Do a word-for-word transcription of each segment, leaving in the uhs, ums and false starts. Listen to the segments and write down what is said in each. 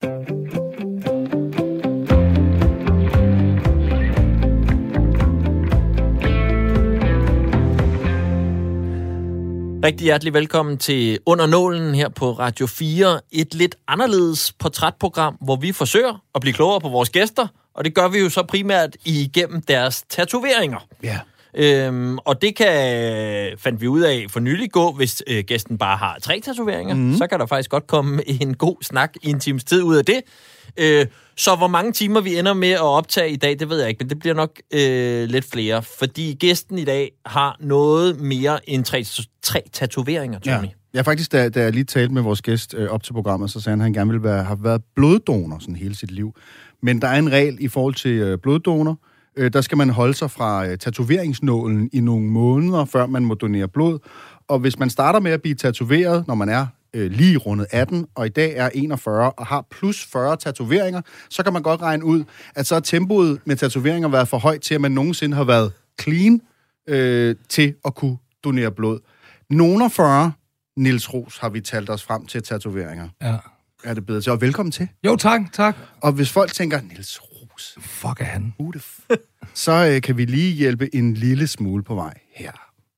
Rigtig hjertelig velkommen til Under Nålen her på Radio fire. Et lidt anderledes portrætprogram, hvor vi forsøger at blive klogere på vores gæster, og det gør vi jo så primært igennem deres tatoveringer. Ja. Øhm, og det kan, fandt vi ud af for nylig gå, hvis øh, gæsten bare har tre tatoveringer, mm. så kan der faktisk godt komme en god snak i en times tid ud af det. Øh, så hvor mange timer vi ender med at optage i dag, det ved jeg ikke, men det bliver nok øh, lidt flere, fordi gæsten i dag har noget mere end tre, tre tatoveringer, Tony. Ja. Ja, faktisk, da, da jeg lige talte med vores gæst øh, op til programmet, så sagde han, at han gerne ville være, have været bloddonor sådan hele sit liv. Men der er en regel i forhold til øh, bloddonor. Øh, der skal man holde sig fra øh, tatoveringsnålen i nogle måneder, før man må donere blod. Og hvis man starter med at blive tatoveret, når man er øh, lige rundet atten, og i dag er enogfyrre, og har plus fyrre tatoveringer, så kan man godt regne ud, at så er tempoet med tatoveringer været for højt til, at man nogensinde har været clean øh, til at kunne donere blod. Nogen fyrre, Niels Roos, har vi talt os frem til tatoveringer. Ja. Er det bedre til? Og velkommen til. Jo, tak, tak. Og hvis folk tænker, Niels Roos, fuck er han? Uh, f- så øh, kan vi lige hjælpe en lille smule på vej her.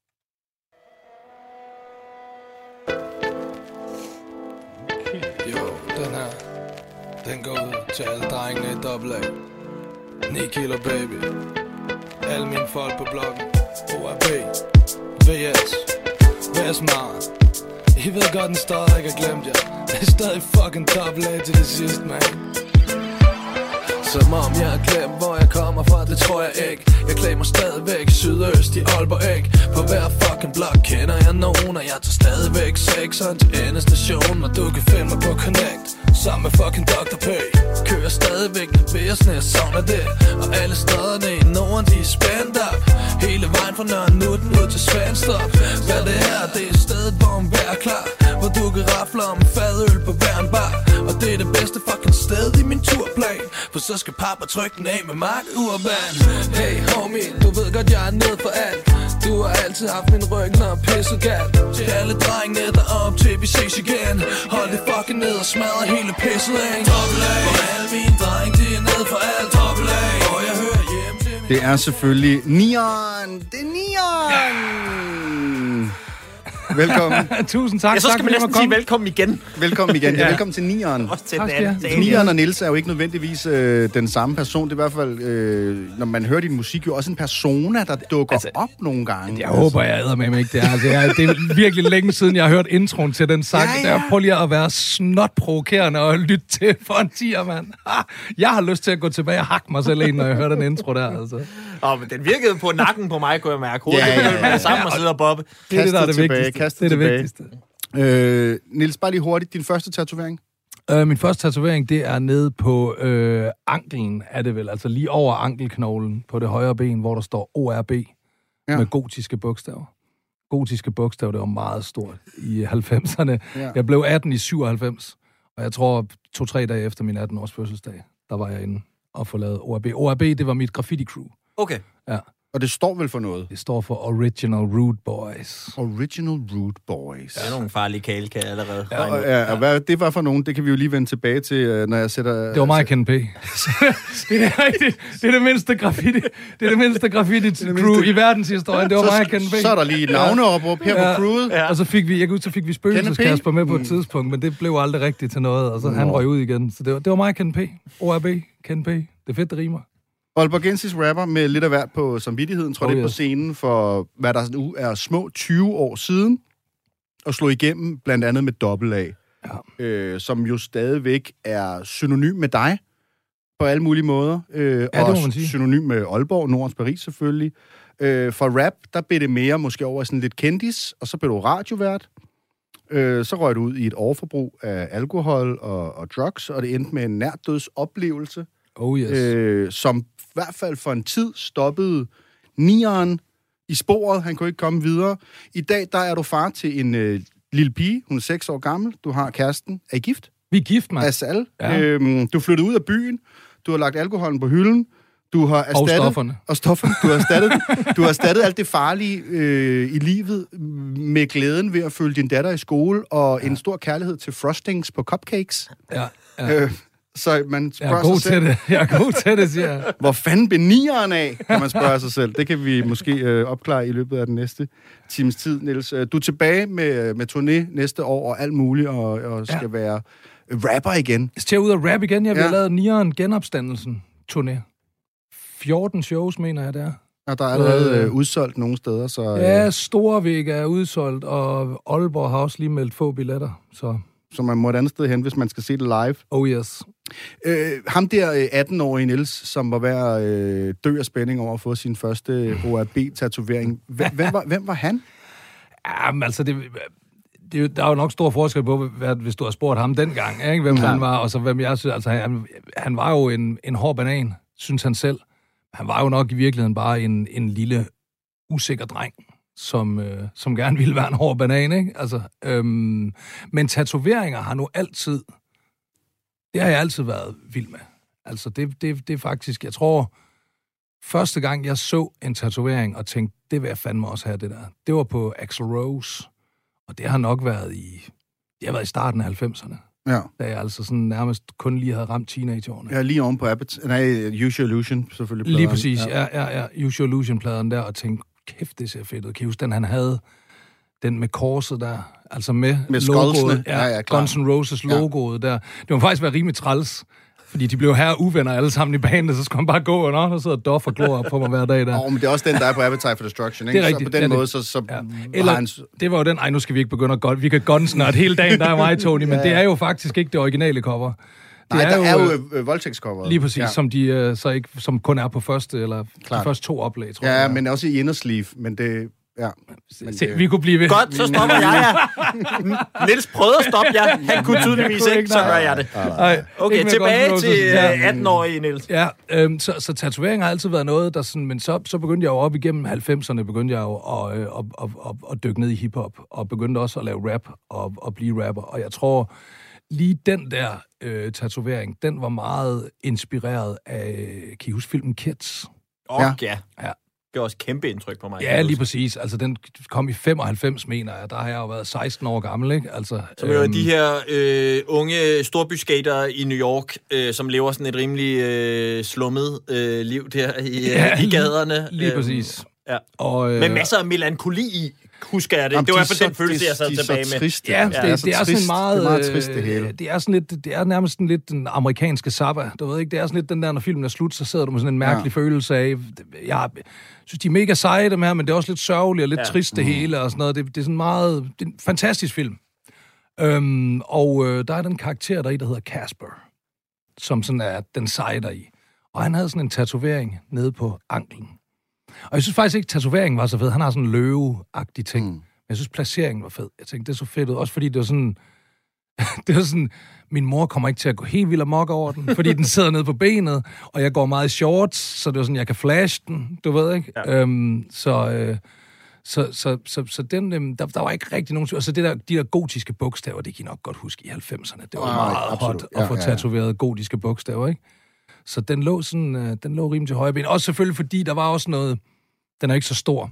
Jo, den her, den går ud til alle drengene i dobbelt A. ni kilo baby. Alle mine folk på bloggen. O R B, V S, V S Mar. I ved godt, den stadig ikke har glemt jer. Det er stadig fucking dobbelt A til det sidste, man. Som om jeg har glemt, hvor jeg kommer fra, det tror jeg ikke. Jeg klæder mig stadigvæk sydøst i Aalborg Æg. På hver fucking blok kender jeg nogen, og jeg tager stadigvæk sekseren til endestation. Og du kan finde mig på Connect, sammen med fucking doktor P. Kører stadigvæk lidt væsne, jeg savner det. Og alle stederne i Norden, de er spændt op. Hele vejen fra Nørre Nutten ud til Svanstrup. Hvad det her, det er stedet, hvor man er klar. Hvor du kan rafle om fadøl på hver en bar. Og det er det bedste fucking sted i min turplan. For så skal pappa trykke den af med Mark Urban. Hey homie, du ved godt jeg er ned for alt. Du har altid haft min ryg, når jeg pisser galt. Til alle drengene der op til vi ses igen. Hold det fucking ned og smadre hele pisset af. Dobbelt A. For alle mine drenge, de er ned for alt. Dobbelt A. Og jeg hører hjem til min... Det er selvfølgelig Nieren. Det er Nieren. Velkommen. Tusind tak. Ja, så skal tak, man næsten sige velkommen igen. Velkommen igen. Ja. Velkommen til Nieren. Også til Tak, den anden. ja. Nieren og Niels er jo ikke nødvendigvis øh, den samme person. Det er i hvert fald, øh, når man hører din musik, jo også en persona, der dukker altså, op nogle gange. Jeg håber, jeg æder med mig ikke det her. Altså, jeg, det er virkelig længe siden, jeg har hørt introen til den sang. Ja, ja. Der prøv lige at være snot provokerende og lytte til for en tier, mand. Jeg har lyst til at gå tilbage og hakke mig selv ind, når jeg hører den intro der. Altså. Åh, men den virkede på nakken på mig, kunne jeg mærke. Hovedet, ja, ja, ja. Med det samme og sidde og bobbe. Det er det, der er det tilbage, vigtigste. Det er det vigtigste. Øh, Niels, bare lige hurtigt. Din første tatovering? Øh, min første tatovering, det er nede på øh, anklen, er det vel. Altså lige over ankelknoglen på det højre ben, hvor der står O R B ja. Med gotiske bogstaver. Gotiske bogstaver, det var meget stort i halvfemserne. Ja. Jeg blev atten i syvoghalvfems, og jeg tror to-tre dage efter min atten-års fødselsdag, der var jeg inde og få lavet O R B. O R B, det var mit graffiti-crew. Okay. Ja. Og det står vel for noget? Det står for Original Rude Boys. Original Rude Boys. Det er nogle farlige kale, kan jeg allerede. Ja, og, ja, og hvad det var for nogen, det kan vi jo lige vende tilbage til, når jeg sætter... Det var mig, Ken P. det, er det, rigtigt. det er det mindste graffiti, det er det mindste graffiti-crew i verdenshistorien. Det var mig, Ken P. Så er der lige navneopråb her ja. på crewet. Ja. Og så fik vi, jeg ud, så fik vi spøgelseskasper med på et tidspunkt, men det blev aldrig rigtigt til noget, og så han røg ud igen. Så det var, det var mig, Ken P. O R B, Ken P. Det er fedt, det rimer. Aalborgensis rapper med lidt af hvert på samvittigheden, tror jeg, oh, yes. på scenen for, hvad der nu er små tyve år siden, og slå igennem blandt andet med dobbelt A, ja. øh, som jo stadigvæk er synonym med dig på alle mulige måder, øh, ja, og synonym med Aalborg, Nordens Paris selvfølgelig. Øh, for rap, der blev det mere måske over sådan lidt kendis, og så blev du radiovært. Øh, så røg du ud i et overforbrug af alkohol og, og drugs, og det endte med en nærdødsoplevelse. Oh yes. øh, som i hvert fald for en tid stoppede Nieren i sporet. Han kunne ikke komme videre. I dag, der er du far til en øh, lille pige. Hun er seks år gammel. Du har kæresten. Er I gift? Vi er gift, mand. Asal. Ja. Øhm, du flyttede ud af byen. Du har lagt alkoholen på hylden. Du har erstattet... Og stofferne. Og stofferne. Du har erstattet, du har erstattet alt det farlige øh, i livet med glæden ved at følge din datter i skole og ja. en stor kærlighed til frostings på cupcakes. Ja, ja. Øh, Så man Jeg spørger er god sig selv, til det. Jeg er god til det, siger jeg. hvor fanden blev nieren af, kan man spørge sig selv. Det kan vi måske øh, opklare i løbet af den næste times tid, Niels. Du er tilbage med, med turné næste år og alt muligt, og, og skal ja. være rapper igen. Jeg skal ud og rap igen. Jeg vil Ja. have lavet nieren genopstandelsen turné. fjorten shows, mener jeg, det er. Og der er allerede øh, udsolgt nogle steder, så... Øh, Ja, Storvik er udsolgt, og Aalborg har også lige meldt få billetter, så... så man må et andet sted hen, hvis man skal se det live. Oh yes. Øh, ham der øh, atten-årige Niels, som var ved at øh, dø af spænding over at få sin første O R B-tatovering. Hvem, hvem, var, hvem var han? Jamen, altså, det, det, er jo- der er jo nok stor forskel på, hvad, hvis du har spurgt ham dengang, ikke? Hvem Klar. han var, og så hvem jeg synes. Altså, han, han var jo en, en hård banan, synes han selv. Han var jo nok i virkeligheden bare en, en lille, usikker dreng, som, øh, som gerne ville være en hård banan, ikke? Altså, øhm, men tatoveringer har nu altid... Det har jeg altid været vild med. Altså, det, det, det er faktisk... Jeg tror, første gang jeg så en tatovering og tænkte, det vil jeg fandme også have, det der. Det var på Axl Rose. Og det har nok været i... Det har været i starten af halvfemserne. Ja. Da jeg altså sådan nærmest kun lige havde ramt teenageårene. Ja, lige oven på Abbott. Nej, Use Your Illusion, selvfølgelig. Lige præcis, ja, ja, ja. Use Your Illusion-pladen der, og tænkte, kæft, det ser fedt ud. Kan I huske den, han havde? Den med korset der, altså med, Med logoet. skoldsene. Ja, Ja, ja, klart. Guns N' Roses logoet der. Det må faktisk være rimelig træls, fordi de blev her uvenner alle sammen i banen, så skulle han bare gå, og nå, der sidder Doff og glor på mig hver dag der. Oh, men det er også den, der er på Appetite for Destruction, ikke? Det er rigtigt. Så på den Ja, måde, det- så, så Ja. ja. Eller, har han... det var jo den, ej, nu skal vi ikke begynde at gun, vi kan gunsnørt hele dagen, der er mig, Tony, men det er jo faktisk ikke det originale cover. Det Nej, der er jo øh, voldtægtscoveret. lige præcis, Ja. som, de, øh, så ikke, som kun er på første, eller Klart. de første to oplag, tror Ja, jeg. men også i inner sleeve, men det... Ja. Men Se, det- vi kunne blive ved. Godt, så stopper jeg jer. Niels prøvede at stoppe jer. Han kunne tydeligvis kunne ikke, ikke, så nej. gør jeg det. Ej, Okay, ikke med tilbage Guns N' til Roses. Ja. øh, atten-årige Niels. Ja, øhm, så, så tatovering har altid været noget, der sådan, men så, så begyndte jeg jo op igennem halvfemserne, begyndte jeg jo at, øh, at, at, at, at dykke ned i hiphop, og begyndte også at lave rap og, og blive rapper. Og jeg tror, lige den der øh, tatovering, den var meget inspireret af, kan I huske filmen Kids? Åh, Ja. ja. Ja. Det var også kæmpe indtryk på mig. Ja, lige præcis. Altså, den kom i femoghalvfems, mener jeg. Der har jeg jo været seksten år gammel, ikke? Altså, Som jo er de her øh, unge storbyskater i New York, øh, som lever sådan et rimelig øh, slummet øh, liv der i, Ja, øh, i gaderne. lige Øhm, præcis. Ja. Og, øh, Med masser af melankoli i, husker jeg det. Jamen, det var i de hvert fald så- den følelse, de- jeg sad de er så tilbage med. triste. Ja, det, Ja, det, det er det er så sådan trist. meget... Det er meget trist, det øh, hele. Det er sådan lidt, det er nærmest sådan lidt den amerikanske Zappa, du ved ikke? Det er sådan lidt den der, når filmen er slut, så sidder du med sådan en mærkelig ja. følelse af... Jeg synes, de er mega seje, dem her, men det er også lidt sørgeligt og lidt Ja. ja. trist, det hele og sådan noget. Det, det er sådan meget... Det er en fantastisk film. Øhm, og øh, der er den karakter der i, der hedder Casper, som sådan er den seje der i. Og han havde sådan en tatovering nede på anklen. Og jeg synes faktisk ikke, tatoveringen var så fed. Han har sådan en løve-agtig ting. Mm. Men jeg synes, placeringen var fed. Jeg tænkte, det er så fedt ud. Også fordi det var sådan... det var sådan... Min mor kommer ikke til at gå helt vildt amok over den, fordi den sidder nede på benet, og jeg går meget i shorts, så det var sådan, jeg kan flashe den, du ved ikke? Ja. Øhm, så, øh, så, så, så, så den, øhm, der, der var ikke rigtig nogen... Og så det der, de der gotiske bogstaver, det kan I nok godt huske i halvfemserne. Det var Ej, meget absolut. hot Ja, at få ja, ja. tatoveret gotiske bogstaver, ikke? Så den lå sådan, øh, den lå rimelig til højre ben. Også selvfølgelig, fordi der var også noget... Den er ikke så stor.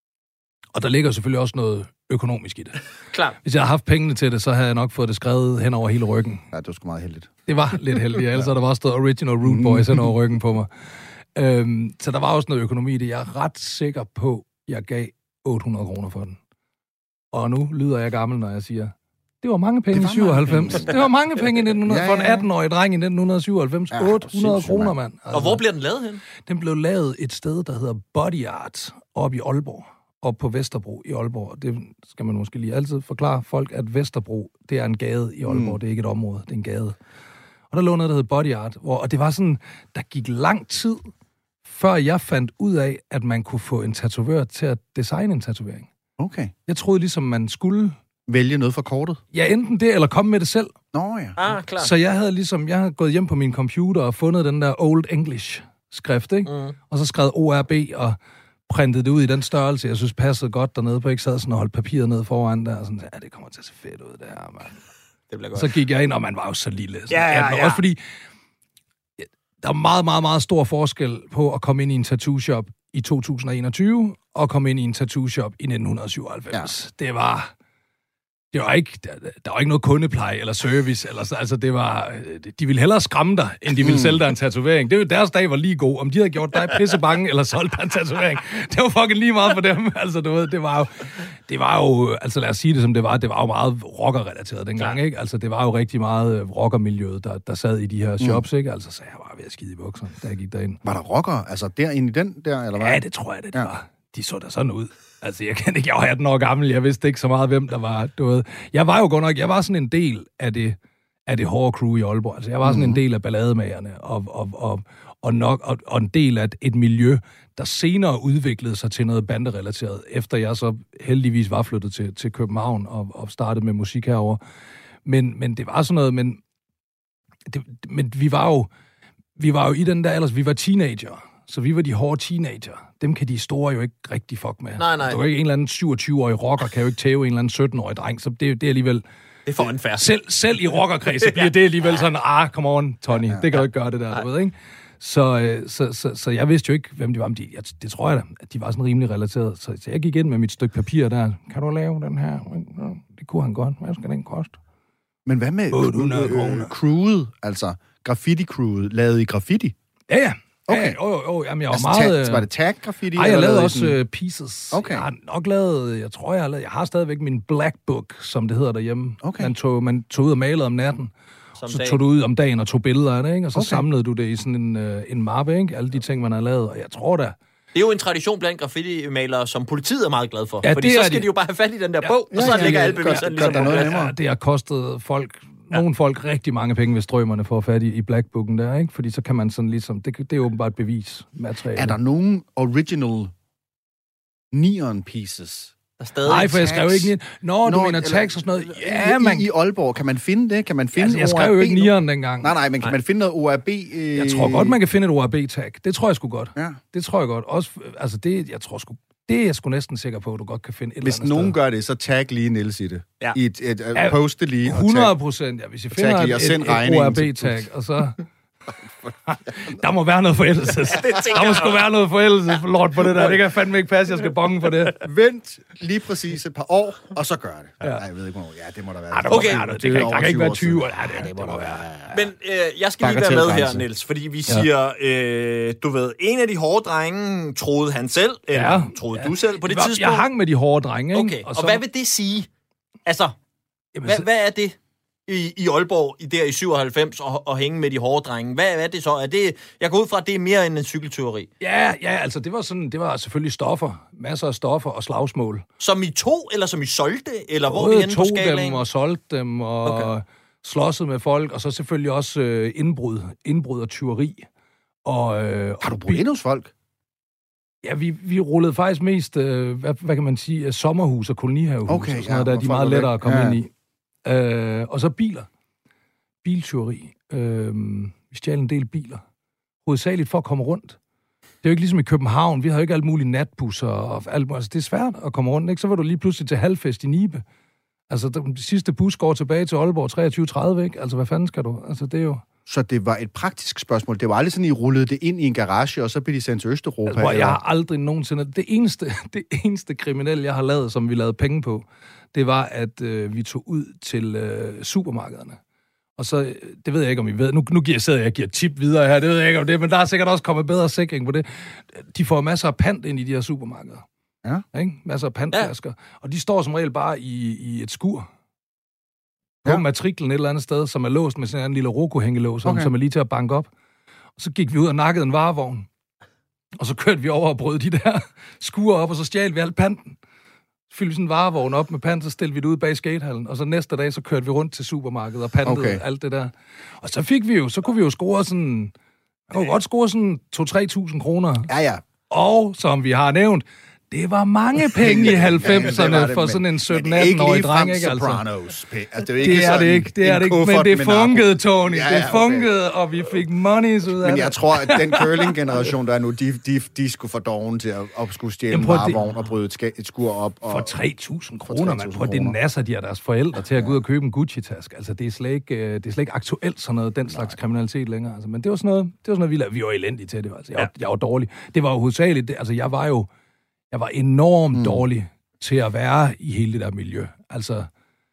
Og der ligger selvfølgelig også noget økonomisk i det. Klart. Hvis jeg havde haft pengene til det, så havde jeg nok fået det skrevet hen over hele ryggen. Ja, det var sgu meget heldigt. Det var lidt heldigt, ellers havde der bare stået Original Root Boys hen over ryggen på mig. Øhm, så der var også noget økonomi i det. Jeg er ret sikker på, jeg gav otte hundrede kroner for den. Og nu lyder jeg gammel, når jeg siger, det var mange penge i syvoghalvfems. Det var mange penge i nitten hundrede, Ja, for en ja, ja. atten-årig dreng i nitten syvoghalvfems. Ja, otte hundrede sindssygt, kroner, mand. mand. Altså, Og hvor bliver den lavet hen? den blev lavet et sted, der hedder Body Art, oppe i Aalborg. Op på Vesterbro i Aalborg. Det skal man måske lige altid forklare folk, at Vesterbro, det er en gade i Aalborg. Mm. Det er ikke et område, det er en gade. Og der lå noget, der hed Body Art, hvor, og det var sådan, der gik lang tid, før jeg fandt ud af, at man kunne få en tatovør til at designe en tatovering. Okay. Jeg troede ligesom, man skulle... Vælge noget for kortet? Ja, enten det, eller komme med det selv. Nå ja. Ah, klart. Så jeg havde ligesom, jeg havde gået hjem på min computer og fundet den der Old English skrift, ikke? Mm. Og så skrevet O R B og printede det ud i den størrelse, jeg synes passede godt dernede, på ikke sad sådan og holdt papiret ned foran der, og sådan, ja, det kommer til at se fedt ud, det her, mand. Det bliver godt. Så gik jeg ind, og man var jo så lille. Sådan, Ja, ja, atten år. ja. Også fordi, der er meget, meget, meget stor forskel på at komme ind i en tattoo-shop i to tusind og enogtyve, og komme ind i en tattoo-shop i nitten syvoghalvfems. Ja. Det var... Det var ikke, der, der var ikke noget kundepleje eller service. Eller så, altså, det var, de ville hellere skræmme dig, end de ville sælge dig en tatovering. Det var deres dag var lige god. Om de havde gjort dig pisse bange eller solgt dig en tatovering, det var fucking lige meget for dem. Altså, du ved, det var jo, det var jo, altså lad os sige det som det var, det var jo meget rockerrelateret dengang, ikke? Altså, det var jo rigtig meget rockermiljøet, der, der sad i de her shops, mm. ikke? Altså, så jeg var ved at skide i bukserne, da jeg gik derind. Var der rocker, altså derinde i den der, eller hvad? Ja, det tror jeg, det, det ja. var. De så der sådan ud. Altså, jeg kan ikke, jeg var atten år gammel, jeg vidste ikke så meget, hvem der var, du ved. Jeg var jo godt nok, jeg var sådan en del af det, af det hårde crew i Aalborg. Altså, jeg var sådan mm-hmm. en del af ballademagerne, og, og, og, og, nok, og, og en del af et, et miljø, der senere udviklede sig til noget banderelateret, efter jeg så heldigvis var flyttet til, til København og, og startede med musik herovre. Men, men det var sådan noget, men, det, men vi var jo, vi var jo i den der ellers, vi var teenager. Så vi var de hårde teenager. Dem kan de store jo ikke rigtig fuck med. Nej, nej. Du er ikke en eller anden syvogtyve-årig rocker, kan jo ikke tæve en eller anden sytten-årig dreng, så det, det er alligevel... Det er for unfair. Selv, selv i rockerkredse bliver det alligevel sådan, ah, come on, Tony, det kan du ikke gøre det der, du ved, ikke? Så, så, så, så jeg vidste jo ikke, hvem de var, men de, jeg, det tror jeg da, at de var sådan rimelig relateret. Så, så jeg gik ind med mit stykke papir der. Kan du lave den her? Det kunne han godt. Hvad skal den koste? Men hvad med øh, crewet, altså graffiti-crewet, lavet i graffiti? Ja, ja. Okay. Ja, jo, jo, jo. Jamen, jeg var altså, meget... Tag, var det tag-graffiti? Nej, jeg lavede også sådan... uh, pieces. Okay. Jeg har nok lavet... Jeg tror, jeg har lavet... Jeg har stadigvæk min black book, som det hedder derhjemme. Okay. Man tog, man tog ud og malede om natten. Som så dag. tog du ud om dagen og tog billeder af det, ikke? Og så Okay. samlede du det i sådan en, uh, en mappe, ikke? Alle de ting, man har lavet. Og jeg tror da... Det er jo en tradition blandt graffiti-malere, som politiet er meget glad for. Ja, fordi det så er skal de. de jo bare have fat i den der Ja. bog, og så Ja, ja, ligger ja. alle beviserne Gør- ligesom gør der noget på. nemmere? Ja, det har kostet folk... Nogle folk rigtig mange penge ved strømmerne for at få fat i, i blackbooken der, ikke? Fordi så kan man sådan ligesom... Det, det er åbenbart et bevismateriale. Er der nogen original neon pieces? Der er stadig Nej, for jeg skrev tags. ikke... Nå, du Nå, mener eller- tags og sådan noget. Ja, Ja, man... I, I Aalborg, kan man finde det? Kan man finde Altså, jeg O R skrev jo B ikke nu? nieren dengang. Nej, nej, men kan Nej. man finde noget O R B? Øh... Jeg tror godt, man kan finde et O R B-tag. Det tror jeg sgu godt. Ja. Det tror jeg godt. Også, altså, det, jeg tror sgu... Det er jeg sgu næsten sikker på, at du godt kan finde et Hvis eller andet nogen sted. gør det, så tag lige Niels i det. Ja. I et, et, et Ja, post det lige. og tag- hundrede procent, ja. Hvis jeg Tag finder lige og et, send et, et O regningen R til- B-tag, og så... Der må være noget forældelse. Der må sgu være noget forældelse lort på det der. Det kan fandme ikke passe, jeg skal bonge på det. Vent lige præcis et par år, og så gør det. Ja. Nej, jeg ved ikke, hvornår. Ja, det må der være. Ej, der må Okay. være noget. Det Det er kan, over der kan ikke tyve være år tyve år. siden. Ja, det, det må der være. Men øh, jeg skal lige være med her, Bagatelgrænse. Niels, fordi vi siger, øh, du ved, en af de hårde drenge troede han selv, eller Ja. troede Ja. du selv på det Jeg- tidspunkt? Jeg hang med de hårde drenge, ikke? Okay, og, og hvad vil det sige? Altså, Jamen, hvad, så- hvad er det i, i Aalborg i der i syvoghalvfems og, og hænge med de hårde drenge? Hvad, hvad er det så? Er det, jeg går ud fra, at det er mere end en cykelteori. Ja, ja, altså det var sådan, det var selvfølgelig stoffer, masser af stoffer og slagsmål. Som I to, eller som I solgte? Eller hvor er vi Både henne på tog skalaen? dem og solgte dem og Okay. okay. slåsset med folk, og så selvfølgelig også øh, indbrud, indbrud og tyveri. Og, øh, Har du og brugt ind hos folk? Ja, vi, vi rullede faktisk mest, øh, hvad, hvad kan man sige, øh, sommerhus og kolonihavehus Okay, og sådan noget, ja, der hvor de er folk meget var lettere væk. at komme Ja. ind i. Øh, og så biler. Biltyveri. Øh, vi stjal en del biler. Hovedsageligt for at komme rundt. Det er jo ikke ligesom i København. Vi har jo ikke alt muligt natbusser og alt muligt. Altså, det er svært at komme rundt, ikke? Så var du lige pludselig til halvfest i Nibe. Altså, den sidste bus går tilbage til Aalborg treogtyve tredive, ikke? Altså, hvad fanden skal du? Altså, det er jo... Så det var et praktisk spørgsmål. Det var aldrig sådan, I rullede det ind i en garage, og så blev de sendt til Østeuropa? Altså, jeg eller? har aldrig nogensinde... Det eneste, det eneste kriminelle, jeg har lavet, som vi lavede penge på, det var, at øh, vi tog ud til øh, supermarkederne. Og så, øh, det ved jeg ikke, om I ved... Nu, nu giver jeg sidder jeg og giver tip videre her, det ved jeg ikke om det, men der er sikkert også kommet bedre sikring på det. De får masser af pant ind i de her supermarkeder. Ja. Ikke? Masser af pantflasker. Ja. Og de står som regel bare i, i et skur. På Ja. ja. matriklen et eller andet sted, som er låst med sådan en lille Roku-hængelås, Okay. okay. som er lige til at banke op. Og så gik vi ud og nakkede en varevogn. Og så kørte vi over og brød de der skuer op, og så stjal vi alt panten. Så fyldte vi sådan en varevogn op med pant, så stillede vi det ud bag skatehallen. Og så næste dag, så kørte vi rundt til supermarkedet og pantede Okay. alt det der. Og så fik vi jo, så kunne vi jo score sådan... Man kunne godt score sådan to til tre tusind kroner. Ja, ja. Og, som vi har nævnt, det var mange penge i halvfemserne Ja, det var det, for men- sådan en men sytten-atten-årig dreng, ikke altså? altså? Sopranos. Altså, det er, jo ikke Det er sådan det ikke, det er en det ikke, men kuffert det med narko. funkede, Tony. Ja, Det ja, okay. funkede, og vi fik monies ud af Men det. jeg tror, at den curling-generation, der er nu, de, de, de skulle få doven til at, at skulle stjæle en Jamen, prøv at det- varevogn og bryde et, ska- et skur op. Og, For tre tusind For kroner, tre man. tusind Prøv, det kroner. nasser de af deres forældre til at gå ud og købe en Gucci-taske. Altså, det er slet ikke, øh, det er slet ikke aktuelt sådan noget, den slags kriminalitet længere. Altså, men det var sådan noget, det var sådan noget, vi lavede. Vi var elendige til det. Altså, jeg, var, jeg var dårlig. Det var jo hovedsageligt, det, altså, jeg var jo, jeg var enormt mm. dårlig til at være i hele det der miljø. Altså, jeg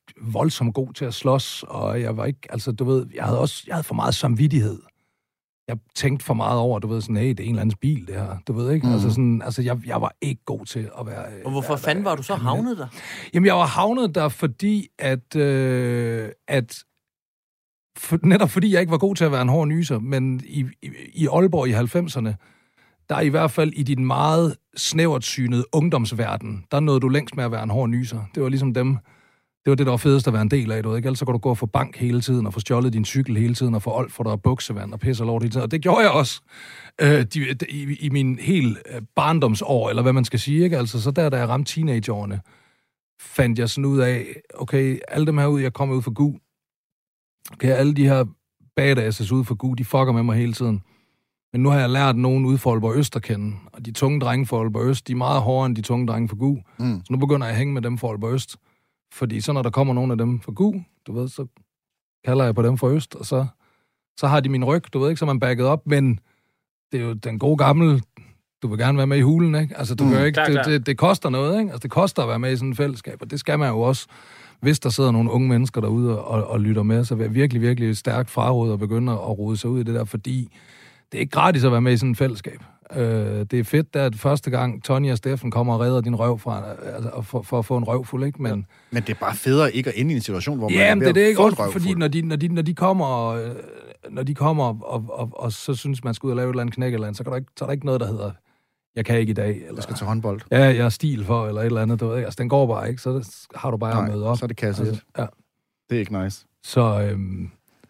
voldsomt god til at slås, og jeg var ikke, altså du ved, jeg havde også, jeg havde for meget samvittighed. Jeg tænkte for meget over, du ved, sådan, hey, det er en eller andens bil, det her, du ved ikke? Mm. Altså sådan, altså jeg, jeg var ikke god til at være... Og hvorfor være, fanden var du så havnet der? Jamen, jeg var havnet der, fordi at, øh, at for, netop fordi jeg ikke var god til at være en hård nyser, men i, i, i Aalborg i halvfemserne, der i hvert fald i din meget snævert synede ungdomsverden, der nåede du længst med at være en hård nyser. Det var ligesom dem... Det var det, der var fedest at være en del af, du ved ikke? Ellers så kan du gå og få bank hele tiden, og få stjålet din cykel hele tiden, og få old for dig buksevand og pisse og lort hele tiden. Og det gjorde jeg også øh, de, de, i, i min helt øh, barndomsår, eller hvad man skal sige, ikke? Altså, så der, da jeg ramte teenageårene, fandt jeg sådan ud af, okay, alle dem herude, jeg kommer ud for G U, okay, alle de her badasses ude for G U, de fucker med mig hele tiden. Men nu har jeg lært nogen ude for Aalborg Øst at kende, og de tunge drenge for Aalborg Øst, de er meget hårdere end de tunge drenge for G U. Mm. Så nu begynder jeg at hænge med dem for Aalborg Øst. Fordi så når der kommer nogen af dem fra G U, du ved, så kalder jeg på dem fra Øst, og så, så har de min ryg, du ved ikke, så er man backet op, men det er jo den gode gamle, du vil gerne være med i hulen, ikke? Altså, du mm, kan ikke, klar, det, det, det koster noget, ikke? Altså, det koster at være med i sådan et fællesskab, og det skal man jo også, hvis der sidder nogle unge mennesker derude og, og lytter med, så vil jeg virkelig, virkelig stærkt fraråde og begynde at rode sig ud i det der, fordi det er ikke gratis at være med i sådan et fællesskab. Øh, det er fedt, at første gang Tony og Steffen kommer og redder din røv fra, altså, for, for at få en røvfuld, ikke? Men, men det er bare federe ikke at ende i en situation, hvor man ja, er ved det, det er ikke også, fordi når de, når, de, når de kommer, og, når de kommer og, og, og, og så synes man skal ud og lave et eller andet knæk eller andet, så, kan der ikke, så er der ikke noget, der hedder, jeg kan ikke i dag. Eller, jeg skal til håndbold. Ja, jeg er stil for, eller et eller andet. Du ved, altså, den går bare ikke, så har du bare Nej, at møde op. så er det kasse altså, ja. Det er ikke nice. Så, øhm,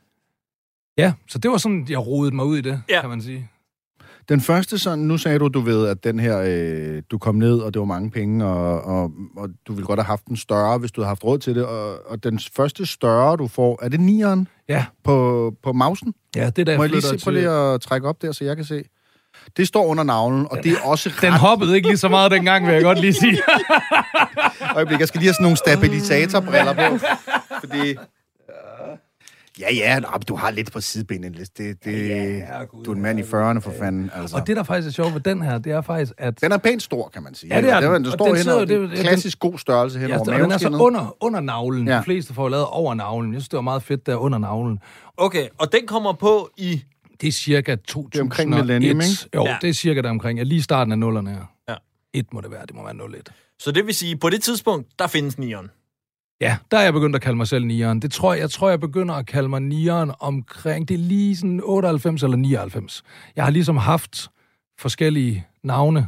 ja, så det var sådan, jeg rodede mig ud i det, ja. Kan man sige. Den første sådan, nu sagde du, du ved, at den her, øh, du kom ned, og det var mange penge, og, og, og du ville godt have haft den større, hvis du havde haft råd til det, og, og den første større, du får, er det nieren? Ja. På, på mausen? Ja, det der Må jeg lige se, prøv lige at trække op der, så jeg kan se. Det står under navlen, og det er også ret... Den hoppede ikke lige så meget dengang, vil jeg godt lige sige. Øjeblik, jeg skal lige have sådan nogle stabilisatorbriller på, fordi... Ja, ja, no, du har lidt på sidebenet. Det, det, ja, ja, God, du er en mand i fyrrerne, for fanden. Altså. Og det, der faktisk er sjovt ved den her, det er faktisk, at... Den er pænt stor, kan man sige. Ja, det er den. Den, den står den henover, sidder, det er klassisk god størrelse henover ja, den er så under, under navlen. Ja. De fleste får lavet over navlen. Jeg synes, det var meget fedt der under navlen. Okay, og den kommer på i... Det er cirka to tusind og et. Det er omkring millennium, ikke? Jo, ja. Det er cirka der omkring. Ja, lige starten af nullerne her. Ja. Et må det være, det må være nul et. Så det vil sige, på det tidspunkt, der findes nieren. Ja, der er jeg begyndt at kalde mig selv nieren. Det tror jeg, jeg tror, jeg begynder at kalde mig nieren omkring, det er lige sådan otteoghalvfems eller nioghalvfems. Jeg har ligesom haft forskellige navne,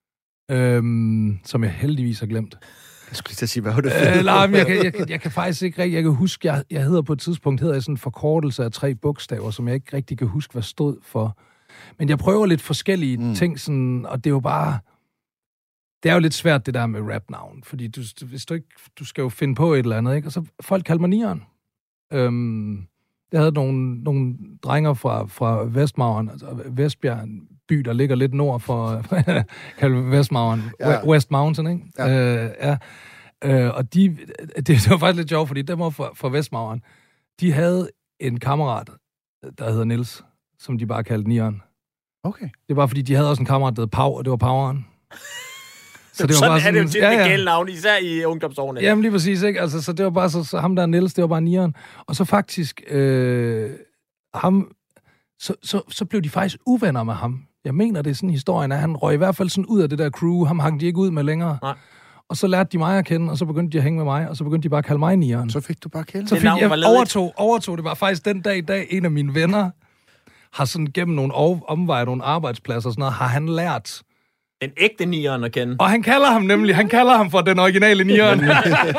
øhm, som jeg heldigvis har glemt. Jeg skulle lige til at sige, hvad var det for? Øh, nej, men jeg, kan, jeg, kan, jeg kan faktisk ikke rigtig, jeg kan huske, jeg, jeg hedder på et tidspunkt, hedder jeg sådan en forkortelse af tre bogstaver, som jeg ikke rigtig kan huske, hvad stod for. Men jeg prøver lidt forskellige mm. ting, sådan, og det er jo bare... Det er jo lidt svært, det der med rap-navn, fordi du, hvis du ikke, du skal jo finde på et eller andet, ikke? Og så folk kalder mig nieren. Øhm, jeg havde nogle, nogle drenger fra, fra Vestmauren, altså Vestbjerg, en by, der ligger lidt nord for, kalder Vestmauren, ja. West Mountain, ikke? Ja. Øh, ja. Øh, og de, det, det var faktisk lidt sjovt, fordi dem var fra, fra Vestmauren, de havde en kammerat, der hedder Niels, som de bare kaldte nieren. Okay. Det var fordi, de havde også en kammerat, der hed Pau, og det var Poweren. Så det var sådan bare sådan, er det jo tit ja, ja. Gældende navn, især i ungdomsårene. Jamen lige præcis, ikke? Altså, så det var bare så, så ham der Niels, det var bare nieren. Og så faktisk, øh, ham, så, så, så blev de faktisk uvenner med ham. Jeg mener, det er sådan historien, at han røg i hvert fald sådan ud af det der crew. Ham hang de ikke ud med længere. Nej. Og så lærte de mig at kende, og så begyndte de at hænge med mig, og så begyndte de bare at kalde mig nieren. Så fik du bare kælde. Så fik jeg overtog, overtog, det var faktisk den dag i dag, en af mine venner har sådan gennem nogle omveje, nogle arbejdspladser og sådan noget, har han lært den ægte nieren at kende. Og han kalder ham nemlig, han kalder ham for den originale nieren. Det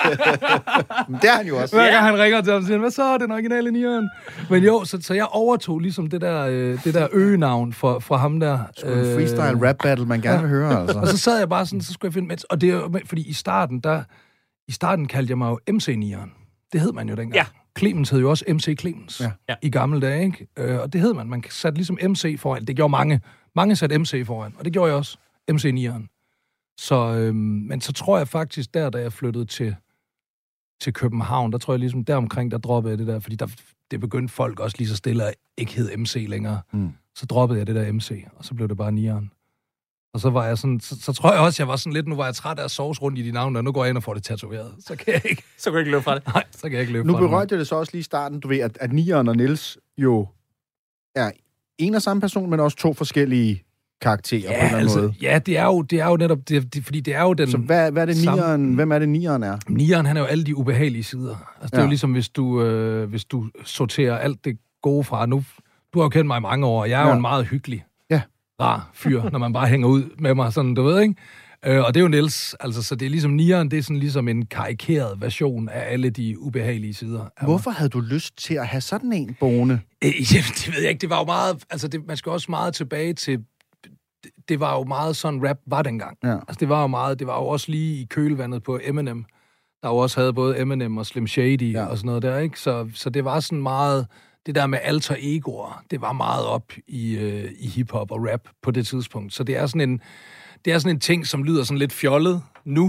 er han jo også. Hver gang han ringer til ham, siger han, hvad så er den originale nieren? Men jo, så, så jeg overtog ligesom det der, øh, det der øgenavn for, fra ham der. Sgu en freestyle rap battle, man gerne vil høre, altså. Og så sad jeg bare sådan, så skulle jeg finde med, og det er jo, fordi i starten, der, i starten kaldte jeg mig jo M C-nieren. Det hed man jo dengang. Ja. Clemens hed jo også M C Clemens ja. I gamle dage, ikke? Øh, og det hed man. Man satte ligesom M C foran. Det gjorde mange. Mange satte M C foran, og det gjorde jeg også. M C-nieren. Så, øhm, men så tror jeg faktisk, der, da jeg flyttede til, til København, der tror jeg ligesom, deromkring, der droppede jeg det der, fordi der, det begyndte folk også lige så stille at ikke hed M C længere. Mm. Så droppede jeg det der M C, og så blev det bare nieren. Og så var jeg sådan, så, så tror jeg også, jeg var sådan lidt, nu var jeg træt af at sovs rundt i de navne, og nu går jeg ind og får det tatoveret. Så kan jeg ikke. Så kan jeg ikke løbe fra det. Nej, så kan jeg ikke løbe nu fra det. Nu berørte jeg det så også lige i starten, du ved, at, at Nieren og Niels jo er en og samme person, men også to forskellige karakterer ja, på en eller anden altså, måde. Ja, det er jo, det er jo netop, det, det, fordi det er jo den... Så hvad, hvad er det samme, Nieren, hvem er det Nieren er? Nieren, han er jo alle de ubehagelige sider. Altså, det er ja. jo ligesom, hvis du, øh, hvis du sorterer alt det gode fra. Nu, du har jo kendt mig i mange år, og jeg er ja. jo en meget hyggelig, ja. rar fyr, når man bare hænger ud med mig, sådan, du ved, ikke? Øh, og det er jo Niels, altså, så det er ligesom Nieren, det er sådan ligesom en karikeret version af alle de ubehagelige sider. Hvorfor havde du lyst til at have sådan en boende? Øh, jamen, det ved jeg ikke, det var jo meget, altså, det, man skal også meget tilbage til, det, det var jo meget sådan, rap var dengang. Ja. Altså, det var jo meget, det var jo også lige i kølvandet på Eminem, der jo også havde både Eminem og Slim Shady ja. og sådan noget der, ikke? Så, så det var sådan meget, det der med alter egoer, det var meget op i, øh, i hiphop og rap på det tidspunkt. Så det er sådan en, det er sådan en ting, som lyder sådan lidt fjollet nu,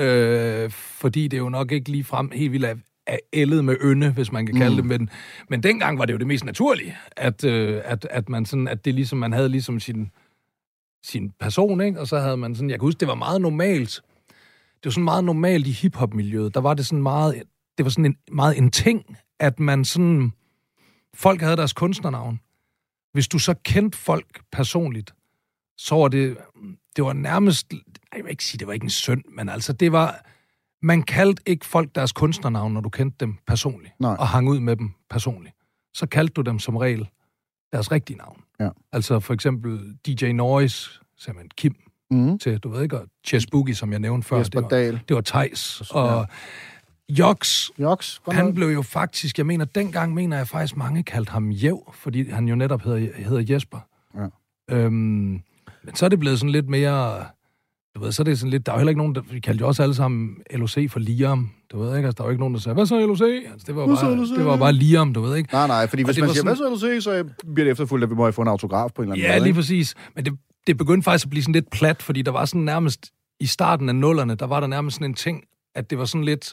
øh, fordi det er jo nok ikke lige frem helt vildt af, af ældet med ynde, hvis man kan kalde mm. det, men, men dengang var det jo det mest naturlige, at, øh, at, at man sådan, at det ligesom, man havde ligesom sin, sin person, ikke? Og så havde man sådan, jeg kan huske, det var meget normalt, det var sådan meget normalt i hiphop-miljøet, der var det sådan meget, det var sådan en, meget en ting, at man sådan, folk havde deres kunstnernavn. Hvis du så kendte folk personligt, så var det, det var nærmest, jeg vil ikke sige, det var ikke en synd, men altså, det var, man kaldte ikke folk deres kunstnernavn, når du kendte dem personligt, Nej. og hang ud med dem personligt. Så kaldte du dem som regel deres rigtige navn. Ja. Altså for eksempel D J Noise, simpelthen Kim, mm. til, du ved ikke, og Chess Boogie, som jeg nævnte før, Jesper det var, Dahl. det var Theis, og Joks, Joks han blev jo faktisk, jeg mener, dengang mener jeg faktisk, mange kaldte ham Jæv, fordi han jo netop hedder, hedder Jesper. Ja. Øhm, men så er det blevet sådan lidt mere, du ved, så er det sådan lidt, der er jo heller ikke nogen, der, vi kaldte jo også alle sammen L O C for Liam, du ved ikke, altså der var ikke nogen, der sagde, hvad så L O C? Altså, det var bare, det var bare Liam, du ved ikke. Nej, nej, fordi og hvis man siger, sådan, hvad så L O C, så bliver det efterfulgt, at vi må få en autograf på en eller anden ja, måde. Ja, lige præcis, men det, det begyndte faktisk at blive sådan lidt plat, fordi der var sådan nærmest, i starten af nullerne, der var der nærmest sådan en ting, at det var sådan lidt,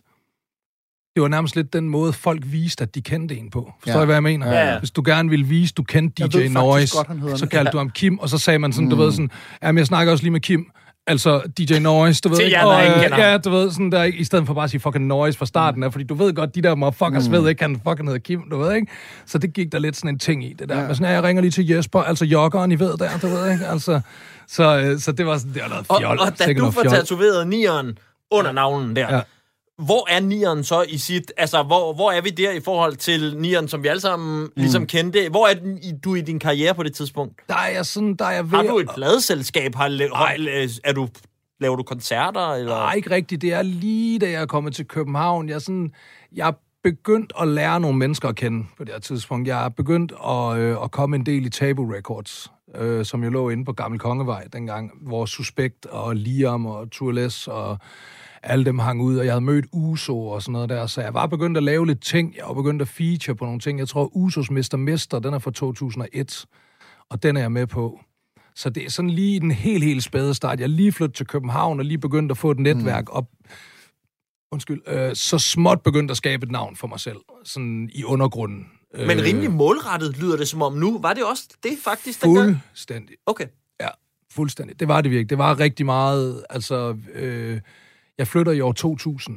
det var nærmest lidt den måde, folk viste, at de kendte en på. Forstår I, ja. hvad jeg mener? Ja, ja. Hvis du gerne ville vise, du kendte D J Noise, godt, så kaldte du ham Kim, og så sagde man sådan, mm. du ved sådan, jamen jeg snakker også lige med Kim, altså D J Noise, du ved til ikke? Jer, og, øh, ja, du ved, sådan der, i stedet for bare at sige fucking Noise fra starten af, fordi du ved godt, de der motherfuckers mm. ved ikke, han fucking hedder Kim, du ved ikke? Så det gik der lidt sådan en ting i, det der. Ja. Men sådan, jeg ringer lige til Jesper, altså joggeren, I ved der, du ved ikke? Altså, så, så det var sådan, det var noget fjol. Og, og da du får tatoveret nieren under navnen der, ja. Hvor er nieren så i sit... Altså, hvor, hvor er vi der i forhold til nieren, som vi alle sammen mm. ligesom kendte? Hvor er den, i, du i din karriere på det tidspunkt? Der er jeg sådan, der er jeg ved... Har du et pladeselskab? Har, har, er du, laver du koncerter? Eller? Nej, ikke rigtigt. Det er lige da jeg er kommet til København. Jeg er sådan... Jeg er begyndt at lære nogle mennesker at kende på det her tidspunkt. Jeg er begyndt at, øh, at komme en del i Tabu Records, øh, som jo lå inde på Gammel Kongevej dengang, hvor Suspekt og Liam og Turles og alle dem hang ud, og jeg havde mødt Uso og sådan noget der, så jeg var begyndt at lave lidt ting. Jeg var begyndt at feature på nogle ting. Jeg tror, Usos mister Mester, den er fra to tusind og et, og den er jeg med på. Så det er sådan lige den helt, helt spæde start. Jeg er lige flyttet til København og lige begyndt at få et netværk op. Undskyld. Øh, så småt begyndt at skabe et navn for mig selv, sådan i undergrunden. Men rimelig målrettet lyder det som om nu. Var det også det faktisk dengang? Fuldstændig. Okay. Ja, fuldstændig. Det var det virkelig. Det var rigtig meget, altså... Øh, jeg flytter i år to tusind,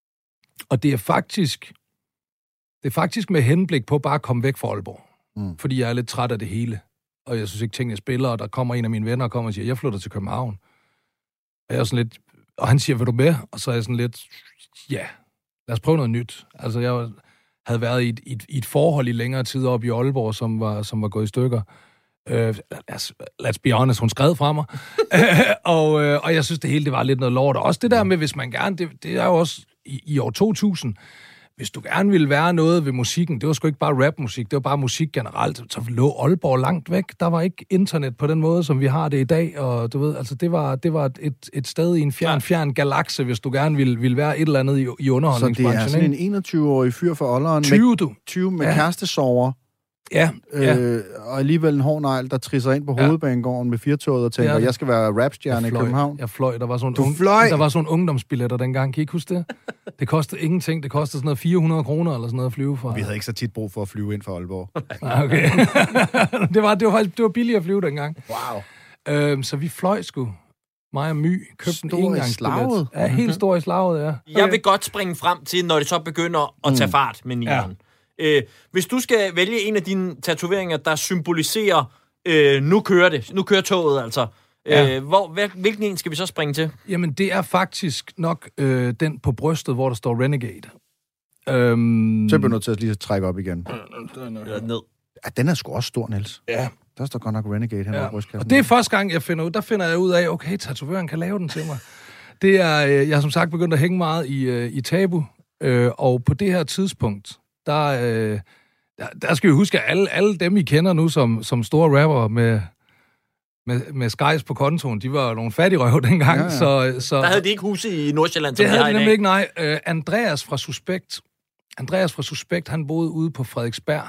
og det er faktisk det er faktisk med henblik på bare at komme væk fra Aalborg, mm. fordi jeg er lidt træt af det hele, og jeg synes ikke, tingene spiller, og der kommer en af mine venner og kommer og siger, jeg flytter til København. Og jeg er sådan lidt, og han siger, vil du med? Og så er jeg sådan lidt, ja, lad os prøve noget nyt. Altså, jeg havde været i et, i et, i et forhold i længere tid op i Aalborg, som var, som var gået i stykker. Uh, let's, let's be honest, hun skred fra mig. og, uh, og jeg synes, det hele det var lidt noget lort. Og også det der med, hvis man gerne, det, det er jo også i, i år to tusind, hvis du gerne ville være noget ved musikken, det var sgu ikke bare rapmusik, det var bare musik generelt, så lå Aalborg langt væk. Der var ikke internet på den måde, som vi har det i dag, og du ved, altså det var, det var et, et sted i en fjern, fjern galakse, hvis du gerne ville, ville være et eller andet i, i underholdningsbranchen. Så det er sådan en enogtyve-årig fyr fra Olderen tyve, du. tyve med ja. kærestesover. Ja, ja. Øh, og alligevel en hård negl, der trisser ind på ja. hovedbanegården med firetoget og tænker, ja. jeg skal være rapstjerne i København. Jeg fløj. Der var sådan du un- fløj? Der var sådan ungdomsbilletter dengang. Kan I ikke huske det? Det kostede ingenting. Det kostede sådan noget fire hundrede kroner eller sådan noget at flyve fra. Vi havde ikke så tit brug for at flyve ind fra Aalborg. Okay. det, var, det var faktisk det var billigt at flyve dengang. Wow. Øhm, så vi fløj sgu. Mig og My købte en engangsbillet. Ja, helt stor i slaget, ja. Okay. Jeg vil godt springe frem til, når det så begynder at tage fart med nieren. Ja. Øh, hvis du skal vælge en af dine tatoveringer, der symboliserer, øh, nu kører det, nu kører toget altså, ja. øh, hvor, hvilken en skal vi så springe til? Jamen, det er faktisk nok øh, den på brystet, hvor der står Renegade. Øhm... Så bliver du nødt til at lige trække op igen. Ja, ned. Ja, den er sgu også stor, Niels. Ja. Der står godt nok Renegade hen ja. over brystkassen. Og det er første gang, jeg finder ud, der finder jeg ud af, okay, tatovøren kan lave den til mig. Det er, jeg har som sagt begyndt at hænge meget i, i Tabu, øh, og på det her tidspunkt, der, øh, der, der skal vi huske, at alle, alle dem, I kender nu som, som store rapper med, med, med skejs på kontoen, de var nogle fattige røv dengang. Ja, ja. Så, så, der havde de ikke huse i Nordsjælland, som det havde de nemlig ikke, nej. Uh, Andreas fra Suspekt, Andreas fra Suspekt, han boede ude på Frederiksberg,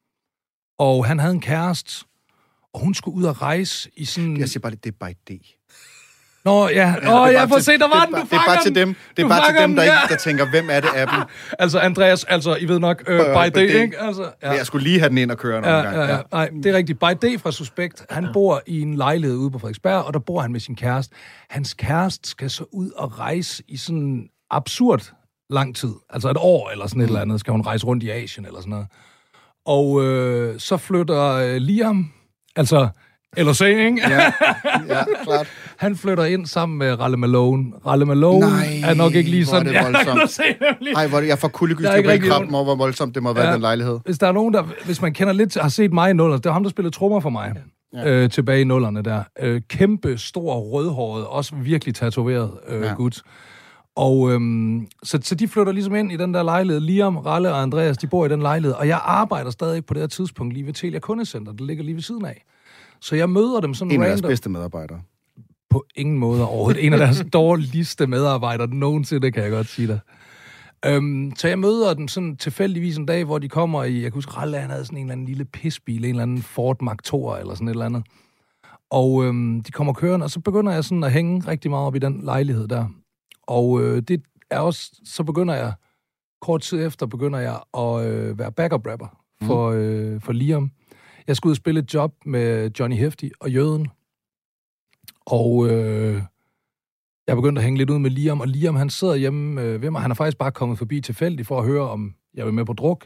og han havde en kæreste, og hun skulle ud og rejse i sådan... Jeg siger bare, det er bare idé. Nå, ja. Åh, oh, jeg får se, der var den, du Det er bare til dem, det er bare til dem der, ikke, der tænker, hvem er det af dem? Altså, Andreas, altså, I ved nok, uh, by day, ikke? Altså, ja. Jeg skulle lige have den ind og køre en ja, omgang. Ja, ja. Nej, det er rigtigt. By day fra Suspekt, han bor i en lejlighed ude på Frederiksberg, og der bor han med sin kæreste. Hans kæreste skal så ud og rejse i sådan absurd lang tid. Altså et år eller sådan et eller andet, skal hun rejse rundt i Asien eller sådan noget. Og øh, så flytter øh, Liam, altså L O C, ikke? Ja, ja, klart. Han flytter ind sammen med Ralle Malone. Ralle Malone Nej, er nok ikke lige sådan... Nej, hvor er det voldsomt. Ej, hvor er det, jeg får kuldegysninger på krabben over, hvor voldsomt det må være, ja, den lejlighed. Hvis der er nogen, der... Hvis man kender lidt... Har set mig i nullerne, det var ham, der spillede trommer for mig. Ja. Øh, tilbage i nullerne der. Øh, kæmpe, stor, rødhåret, også virkelig tatoveret øh, ja. gut. Og øhm, så, så de flytter ligesom ind i den der lejlighed. Liam, Ralle og Andreas, de bor i den lejlighed. Og jeg arbejder stadig på det her tidspunkt lige ved Telia Kundecenter. Det ligger lige ved siden af. Så jeg møder dem sådan en random. En af deres bedste medarbejdere. På ingen måde overhovedet. En af deres dårligste medarbejdere nogensinde, kan jeg godt sige dig. Øhm, så jeg møder dem sådan tilfældigvis en dag, hvor de kommer i... Jeg kan huske, Ralle, han havde sådan en eller anden lille pisbil, en eller anden Ford Mark to eller sådan et eller andet. Og øhm, de kommer kørende, og så begynder jeg sådan at hænge rigtig meget op i den lejlighed der. Og øh, det er også... Så begynder jeg... Kort tid efter begynder jeg at øh, være backup-rapper for, øh, for Liam. Jeg skulle ud og spille et job med Johnny Hefti og Jøden. Og øh, jeg begyndte at hænge lidt ud med Liam, og Liam, han sidder hjemme øh, ved mig. Han er faktisk bare kommet forbi tilfældigt for at høre, om jeg vil med på druk.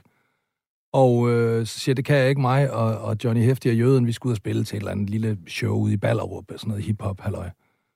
Og øh, så siger det kan jeg ikke, mig og, og Johnny Hefti og Jøden, vi skulle ud og spille til et eller andet lille show ude i Ballerup, sådan noget hip-hop, halløj.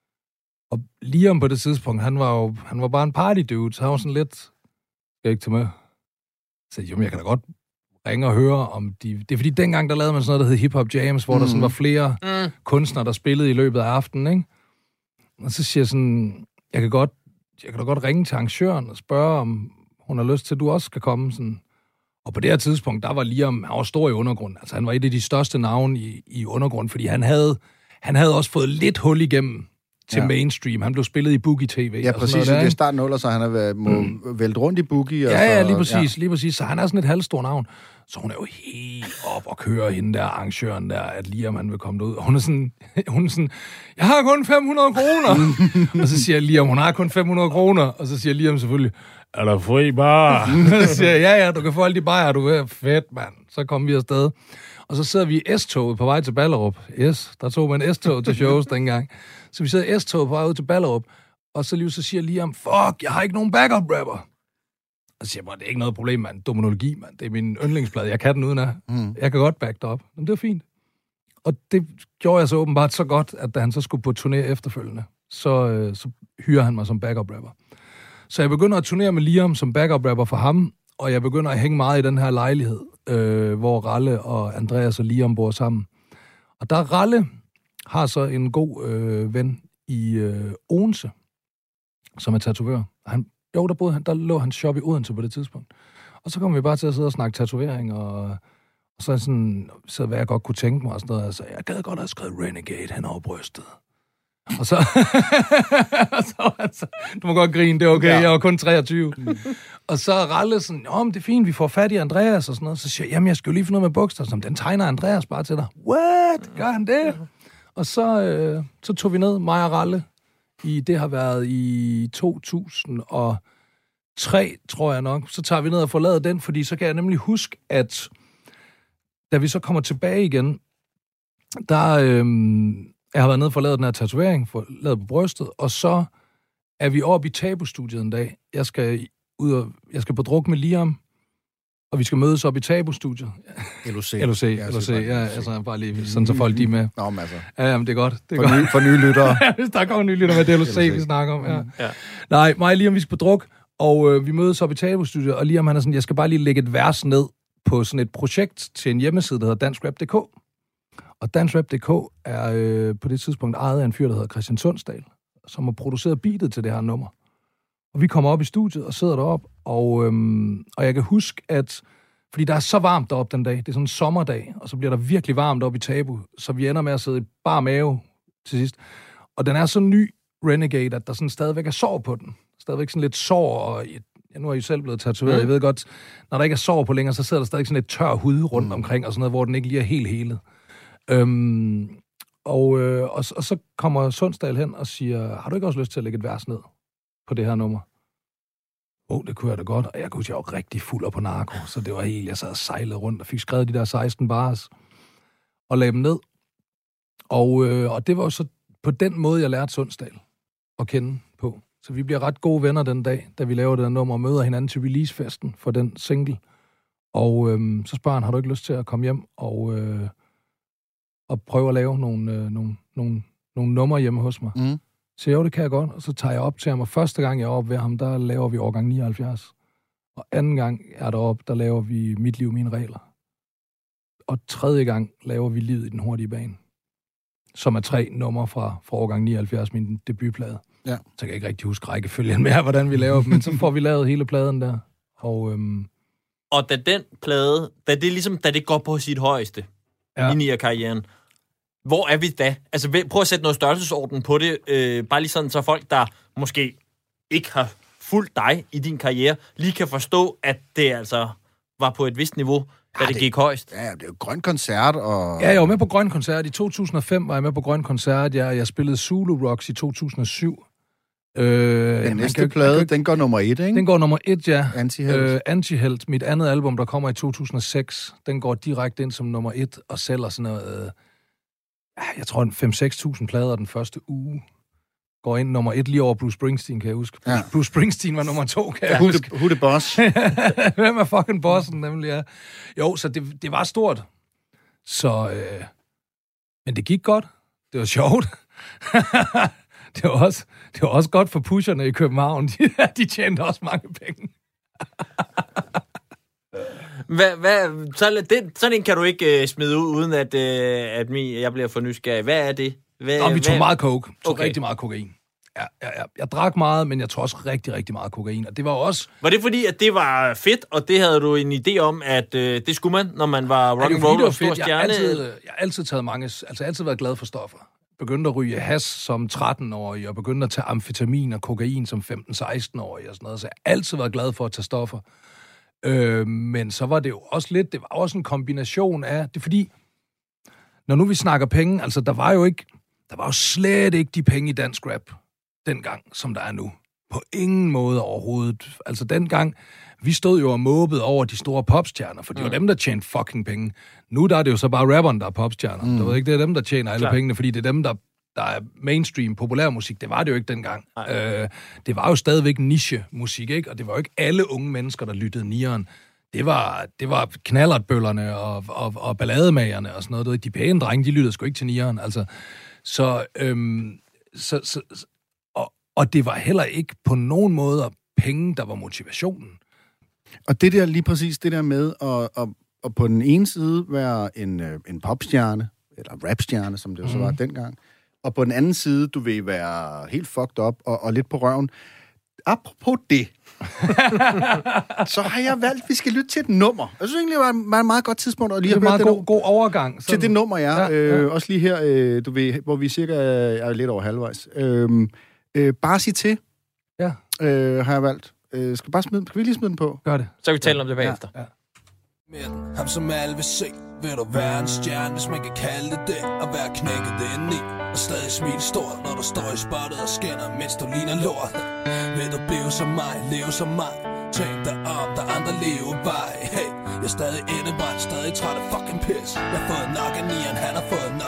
Og Liam på det tidspunkt, han var jo han var bare en party dude, så han var sådan lidt, skal jeg ikke tage med? Så jo, men jeg kan da godt ringe og høre om de... Det er fordi, dengang der lavede man sådan noget, der hed Hip Hop Jams, hvor mm. der sådan var flere mm. kunstnere, der spillede i løbet af aftenen, ikke? Og så siger jeg sådan, jeg kan godt, jeg kan da godt ringe til arrangøren og spørge, om hun har lyst til, at du også skal komme. Sådan. Og på det her tidspunkt, der var Liam, han var stor i undergrunden. Altså, han var et af de største navne i, i undergrunden, fordi han havde, han havde også fået lidt hul igennem til ja. mainstream. Han blev spillet i Boogie T V. Ja, præcis. Det er starten nuller, så han har må mm. vælt rundt i Boogie. Og ja, ja, lige så, præcis, ja. lige præcis. Så han er sådan et halvstor navn. Så hun er jo helt op og kører hende der, arrangøren der, at Liam han vil komme ud. Og hun er sådan, hun er sådan, jeg har kun fem hundrede kroner. Og så siger Liam, hun har kun fem hundrede kroner. Og så siger Liam selvfølgelig, er der fri bar? Så siger jeg, ja, ja, du kan få alle de bajer, du vil. Fedt, mand. Så kommer vi afsted. Og så sidder vi i S-toget på vej til Ballerup. Yes, der tog man S-tog til shows dengang. Så vi sidder i S-toget på vej ud til Ballerup. Og så lige så siger Liam, fuck, jeg har ikke nogen backup-rapper. Og så siger jeg, det er ikke noget problem, mand. Dominologi, mand. Det er min yndlingsplade. Jeg kan den uden at. Mm. Jeg kan godt back det op. Men det var fint. Og det gjorde jeg så åbenbart så godt, at da han så skulle på turné efterfølgende, så, øh, så hyrer han mig som backup-rapper. Så jeg begynder at turnere med Liam som backup-rapper for ham, og jeg begynder at hænge meget i den her lejlighed, øh, hvor Ralle og Andreas og Liam bor sammen. Og der Ralle har så en god øh, ven i øh, Odense, som er tatovør. Han, jo, der, boede han, der lå hans shop i Odense på det tidspunkt. Og så kom vi bare til at sidde og snakke tatovering, og, og så sådan, så hvad jeg godt kunne tænke mig, og sådan noget. Altså, jeg gad godt have skrevet Renegade hen over brystet. Og så, og så altså, du må godt grine, det er okay, ja. Jeg var kun treogtyve. Mm. Og så Ralle sådan, åh, det er fint, vi får fat i Andreas og sådan noget. Så siger jeg, jamen, jeg skal jo lige finde noget med bogstaver. Så den tegner Andreas bare til dig. What? Gør han det? Og så, øh, så tog vi ned, mig og Ralle, i, det har været i to tusind og tre, tror jeg nok. Så tager vi ned og forlader den, fordi så kan jeg nemlig huske, at da vi så kommer tilbage igen, der... Øh, Jeg har været nede for at lave den her tatovering, for lavet på brystet, og så er vi oppe i Tabu-studiet en dag. Jeg skal ud og, jeg skal på druk med Liam, og vi skal mødes op i Tabu-studiet. L O C. L O C, L O C, ja, altså bare lige sådan, så folk de er med. Nå, men altså. Ja, jamen, det er godt. Det er for, godt. Nye, for nye lyttere. Ja, hvis der kommer nye lyttere med, det er L O C, vi snakker om. Ja. Ja. Nej, mig og Liam, vi skal på druk, og øh, vi mødes op i Tabu-studiet, og Liam, han er sådan, jeg skal bare lige lægge et vers ned på sådan et projekt til en hjemmeside, der hedder danskrap punktum d k. Og danskrap punktum d k er øh, på det tidspunkt ejet af en fyr, der hedder Christian Sundsdal, som har produceret beatet til det her nummer. Og vi kommer op i studiet og sidder deroppe, og, øhm, og jeg kan huske, at fordi der er så varmt deroppe den dag, det er sådan en sommerdag, og så bliver der virkelig varmt op i Tabu, så vi ender med at sidde i bar mave til sidst. Og den er så ny, Renegade, at der sådan stadigvæk er sår på den. Stadigvæk sådan lidt sår, og ja, nu er I jo selv blevet tatoveret. Mm. Jeg ved godt, når der ikke er sår på længere, så sidder der stadig sådan lidt tør hud rundt mm. omkring, og sådan noget, hvor den ikke lige er helt helet. Øhm, og, øh, og, og så kommer Sundsdal hen og siger, har du ikke også lyst til at lægge et vers ned på det her nummer? Åh, oh, det kunne jeg da godt. Og jeg kunne huske, jeg var rigtig fuld af på narko, så det var helt, jeg sad og sejlede rundt og fik skrevet de der seksten bars og lagde dem ned. Og, øh, og det var jo så på den måde, jeg lærte Sundsdal at kende på. Så vi bliver ret gode venner den dag, da vi laver det der nummer og møder hinanden til releasefesten for den single. Og øh, så spørger han, har du ikke lyst til at komme hjem og, øh, og prøve at lave nogle, øh, nogle, nogle, nogle numre hjemme hos mig? Mm. Så jo, det kan jeg godt. Og så tager jeg op til ham, og første gang jeg er oppe ved ham, der laver vi årgang nioghalvfjerds. Og anden gang jeg er deroppe, der laver vi Mit liv, mine regler. Og tredje gang laver vi Livet i den hurtige bane, som er tre numre fra, fra årgang nioghalvfjerds, min debutplade. Ja. Så kan jeg ikke rigtig huske rækkefølgen mere, hvordan vi laver dem, men så får vi lavet hele pladen der. Og, øhm... og da den plade, da det ligesom, da det går på sit højeste, ja. i karrieren, hvor er vi da? Altså, prøv at sætte noget størrelsesorden på det. Øh, bare lige sådan, så folk, der måske ikke har fulgt dig i din karriere, lige kan forstå, at det altså var på et vist niveau, da ja, det, det gik højst. Ja, det er jo Grøn Koncert, og... Ja, jeg var med på Grøn Koncert. I to tusind og fem var jeg med på Grøn Koncert. Jeg, jeg spillede Zulu Rocks i to tusind og syv. Øh, den næste kan, plade, kan, den går nummer et, ikke? Den går nummer et, ja. Antihelt. Øh, Antihelt, mit andet album, der kommer i to tusind og seks, den går direkte ind som nummer et, og sælger sådan noget... Øh, jeg tror, fem til seks tusind plader den første uge. Går ind nummer et lige over Bruce Springsteen, kan jeg huske. Ja. Bruce Springsteen var nummer to, kan jeg ja, huske. Who the boss? Hvem er fucking bossen, nemlig, ja. Jo, så det, det var stort. Så, øh, men det gik godt. Det var sjovt. det, var også, det var også godt for pusherne i København. De, de tjente også mange penge. Hvad, hvad, så, det, sådan en kan du ikke uh, smide ud, uden at, uh, at min, jeg bliver for nysgerrig. Hvad er det? Hvad, Nå, vi tog hvad? meget coke. Tog okay. rigtig meget kokain. Ja, ja, ja. Jeg drak meget, men jeg tog også rigtig, rigtig meget kokain. Og det var også... Var det fordi, at det var fedt, og det havde du en idé om, at uh, det skulle man, når man var rock and roll og stor stjerne? Jeg har altid, jeg har altid taget mange... Altså altid været glad for stoffer. Begyndte at ryge hash som tretten-årig, og begyndte at tage amfetamin og kokain som femten-seksten-årig og sådan noget. Så jeg har altid været glad for at tage stoffer. Øh, men så var det jo også lidt, det var også en kombination af, det er fordi, når nu vi snakker penge, altså der var jo ikke, der var jo slet ikke de penge i dansk rap dengang, som der er nu. På ingen måde overhovedet. Altså dengang, vi stod jo og måbede over de store popstjerner, for det var mm. dem, der tjente fucking penge. Nu der er det jo så bare rapperen, der er popstjerner. Mm. Du ved ikke, det er dem, der tjener alle Klar. pengene, fordi det er dem, der der er mainstream populærmusik. Det var det jo ikke dengang. Øh, det var jo stadigvæk niche-musik, ikke? Og det var jo ikke alle unge mennesker, der lyttede nieren. Det var, det var knallertbøllerne og, og, og ballademagerne og sådan noget. Du ved, de pæne drenge, de lyttede sgu ikke til nieren. Altså, så, øhm, så, så, og, og det var heller ikke på nogen måde penge, der var motivationen. Og det der, lige præcis det der med at, at, at på den ene side være en, en popstjerne, eller rapstjerne, som det jo så var mm. dengang, og på den anden side, du vil være helt fucked up og, og lidt på røven. Apropos det, så har jeg valgt, at vi skal lytte til et nummer. Jeg synes egentlig, det var et meget godt tidspunkt at lige have hørt det. Det er en meget god, god overgang. Sådan. Til det nummer, ja. ja, øh, ja. Også lige her, øh, du ved, hvor vi cirka er lidt over halvvejs. Øh, øh, bare sig til, ja. øh, har jeg valgt. Øh, skal, bare smide, skal vi lige smide den på? Gør det. Så kan vi tale ja. om det bagefter. Ja. Ja. Ham som alle vil se, vil du være en stjerne, hvis man kan kalde det det, og være knækket det ind i. Og stadig smil stort, når du står i spottet og skinner, mens du ligner lort. Vil du blive som mig, leve som mig? Tænk dig om, der andre lever vej. Hey, jeg er stadig indebrændt, stadig træt af fucking pis. Jeg har fået nok af nieren, han har fået nok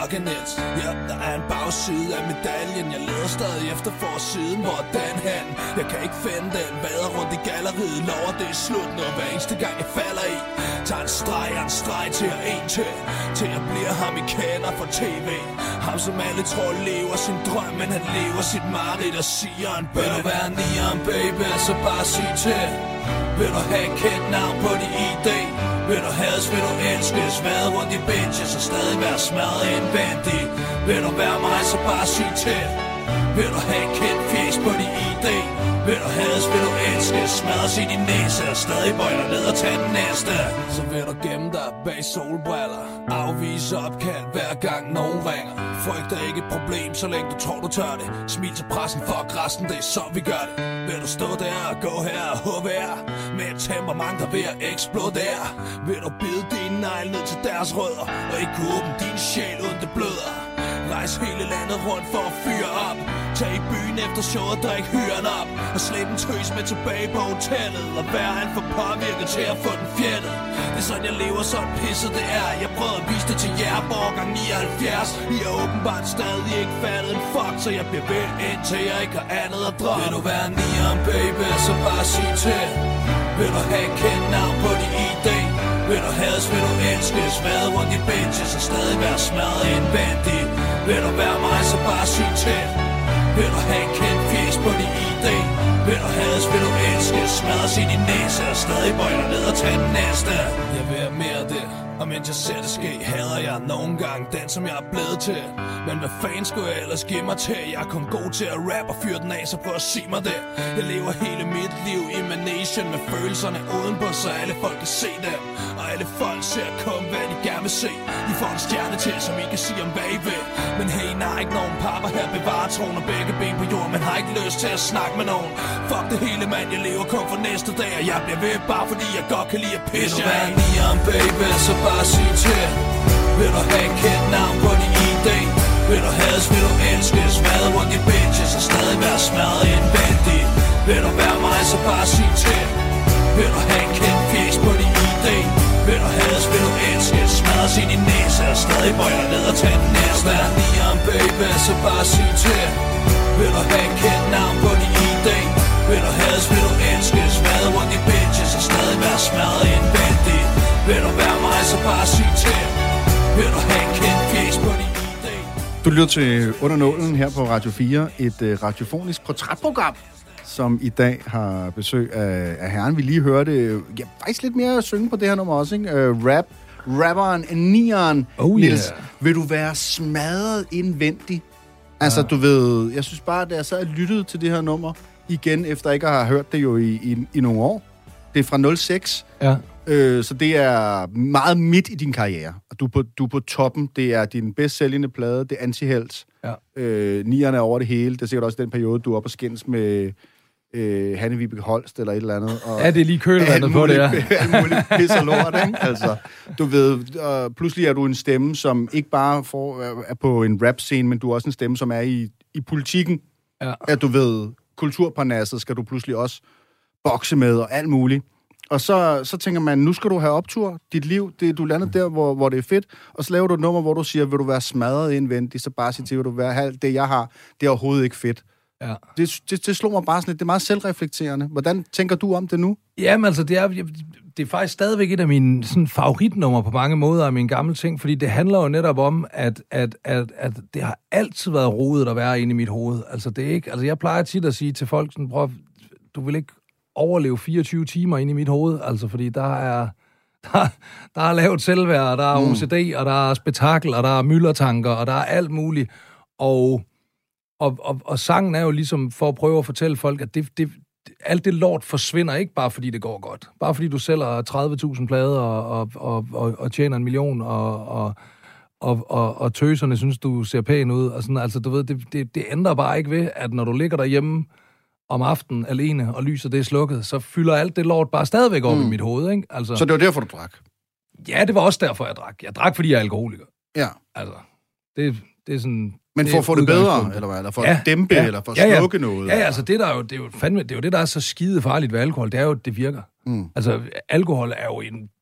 fucking it. Ja, der er en bagside af medaljen. Jeg leder stadig efter forsiden. Hvor er den hen? Jeg kan ikke finde den. Vader rundt i galleriet. Lover det er slut noget hver eneste gang jeg falder i. Tager en streg og en streg til at en til. Til jeg bliver ham I kender fra tv. Ham som alle tror lever sin drøm. Men han lever sit mareridt og siger en bøn. Vil du være nieren baby, så bare sig til. Vil du have et kendt navn på din I D? Vil du hades, vil du elskes? Vade rundt i benches og stadig være smadret indvendig. Vil du være mig, så bare sig til. Vil du have et kendt fjes på din I D? Vil du hades, vil du elskes? Smadres i din næse og stadig bøjler ned og tage den næste. Så vil du gemme dig bag solbriller. Afvise opkald hver gang nogen ringer. Frygter ikke et problem, så længe du tror du tør det. Smil til pressen, fuck resten, det er så vi gør det. Vil du stå der og gå her og H V R med et temperament der ved at eksplodere? Vil du bide dine negle ned til deres rødder og ikke kunne åbne din sjæl uden det bløder? Rejs hele landet rundt for at fyre op. Tag i byen efter show og drik hyren op. Og slæb en tøs med tilbage på hotellet. Og vær han for påvirket til at få den fjettet. Det er sådan jeg lever, sådan pisset det er. Jeg prøvede at vise det til jer på årgang nioghalvfjerds. I er åbenbart stadig ikke fattet en fuck. Så jeg bliver ved indtil jeg ikke har andet at drømme. Vil du være nieren baby, så bare sig til. Vil du have et kendt navn på din I D? Vil du hades, vil du elskes? Vade rundt i benches og stadig være smadret indvendig. Vil du være mig, så bare sig til. Vil du have et kendt fjes på din I D? Vil du hades, vil du elskes? Smadres i din næse og stadig bøjler ned og tage den næste. Jeg vil have mere af det, og mens jeg ser det ske, hader jeg nogle gange den, som jeg er blevet til. Men hvad fanden skulle jeg ellers give mig til? Jeg er kun god til at rap og fyre den af, så prøv at sige mig det. Jeg lever hele mit liv i manation med følelserne udenpå, så alle folk kan se dem. Og alle folk ser kun, hvad de gerne vil se. I får en stjerne til, som I kan sige om hvad I vil. Men hey, der er ikke nogen papper her, bevarer troen og begge ben på jorden. Men har ikke lyst til at snakke med nogen. Fuck det hele, mand, jeg lever kun for næste dag. Og jeg bliver ved, bare fordi jeg godt kan lide at pisse. Vil du være nieren baby, så bare sig til. Vil du have et kendt navn på din I D? Vil du hades, vil du elskes? Vade rundt i benches og stadig være smadret indvendig. Vil du være mig, så bare sig til. Vil du have et kendt fjes på din I D? Vil du hades, vil du elskes? Smadres i din næse og stadig bøjler ned og tage den næste. Vær nieren baby, så bare sig til. Vil du have et kendt navn på din I D? Vil du hades, vil du elskes? Vade rundt i benches og stadig være smadret indvendig. Vil du være mig, så bare sig til. Vil du have et kendt fjes på din I D? Du lytter til Under Nålen her på Radio fire, et uh, radiofonisk portrætprogram, som i dag har besøg af, af herren. Vi lige hørte ja, faktisk lidt mere synge på det her nummer også, ikke? Uh, rap, rapperen Nieren. Oh, Niels, yeah. vil du være smadret indvendig? Altså, ja. Du ved, jeg synes bare, da jeg så lyttede til det her nummer igen, efter ikke at have hørt det jo i, i, i nogle år. Det er fra nul seks. Ja. Øh, så det er meget midt i din karriere. Og du er på, du er på toppen. Det er din bedst sælgende plade. Det er Antihelt. Ja. Øh, Nierne er over det hele. Det er sikkert også den periode, du er oppe og skændes med øh, Hanne Vibeke Holst eller et eller andet. Og ja, det er lige kølevandet på det, ja. Alt muligt pis og lort, ikke? Altså, du ved, og pludselig er du en stemme, som ikke bare får, er på en rap-scene, men du er også en stemme, som er i, i politikken. Ja. At du ved, kulturparnasset skal du pludselig også bokse med og alt muligt. Og så, så tænker man, nu skal du have optur. Dit liv, det, du lander der, hvor, hvor det er fedt. Og så laver du et nummer, hvor du siger, vil du være smadret indvendigt, så bare sig til, vil du være det, jeg har, det er overhovedet ikke fedt. Ja. Det, det, det slår mig bare sådan lidt. Det er meget selvreflekterende. Hvordan tænker du om det nu? Jamen altså, det er, det er faktisk stadigvæk et af mine sådan, favoritnummer på mange måder af mine gamle ting, fordi det handler jo netop om, at, at, at, at det har altid været rodet at være inde i mit hoved. Altså, det er ikke, altså jeg plejer tit at sige til folk, sådan, prøv, du vil ikke overleve fireogtyve timer inde i mit hoved, altså fordi der er der, der er lavet selvværd, der er O C D, og der er spektakel, og der er myldertanker, og der er alt muligt. Og, og, og, og sangen er jo ligesom for at prøve at fortælle folk, at det, det, alt det lort forsvinder ikke bare fordi det går godt. Bare fordi du sælger tredive tusind plader og, og, og, og tjener en million, og, og, og, og, og tøserne synes, du ser pæn ud. Og sådan, altså, du ved, det, det, det ændrer bare ikke ved, at når du ligger derhjemme om aftenen alene, og lyset det er slukket, så fylder alt det lort bare stadigvæk op mm. i mit hoved, ikke? Altså, så det var derfor, du drak? Ja, det var også derfor, jeg drak. Jeg drak, fordi jeg er alkoholiker. Ja. Altså, det, det er sådan... Men for at få det bedre, eller hvad? Eller for ja, at dæmpe, ja, eller for at ja, ja. slukke noget? Ja, ja, altså det der er jo, det er jo fandme, det er jo det, der er så skide farligt ved alkohol, det er jo, det virker. Mm. Altså, alkohol er jo en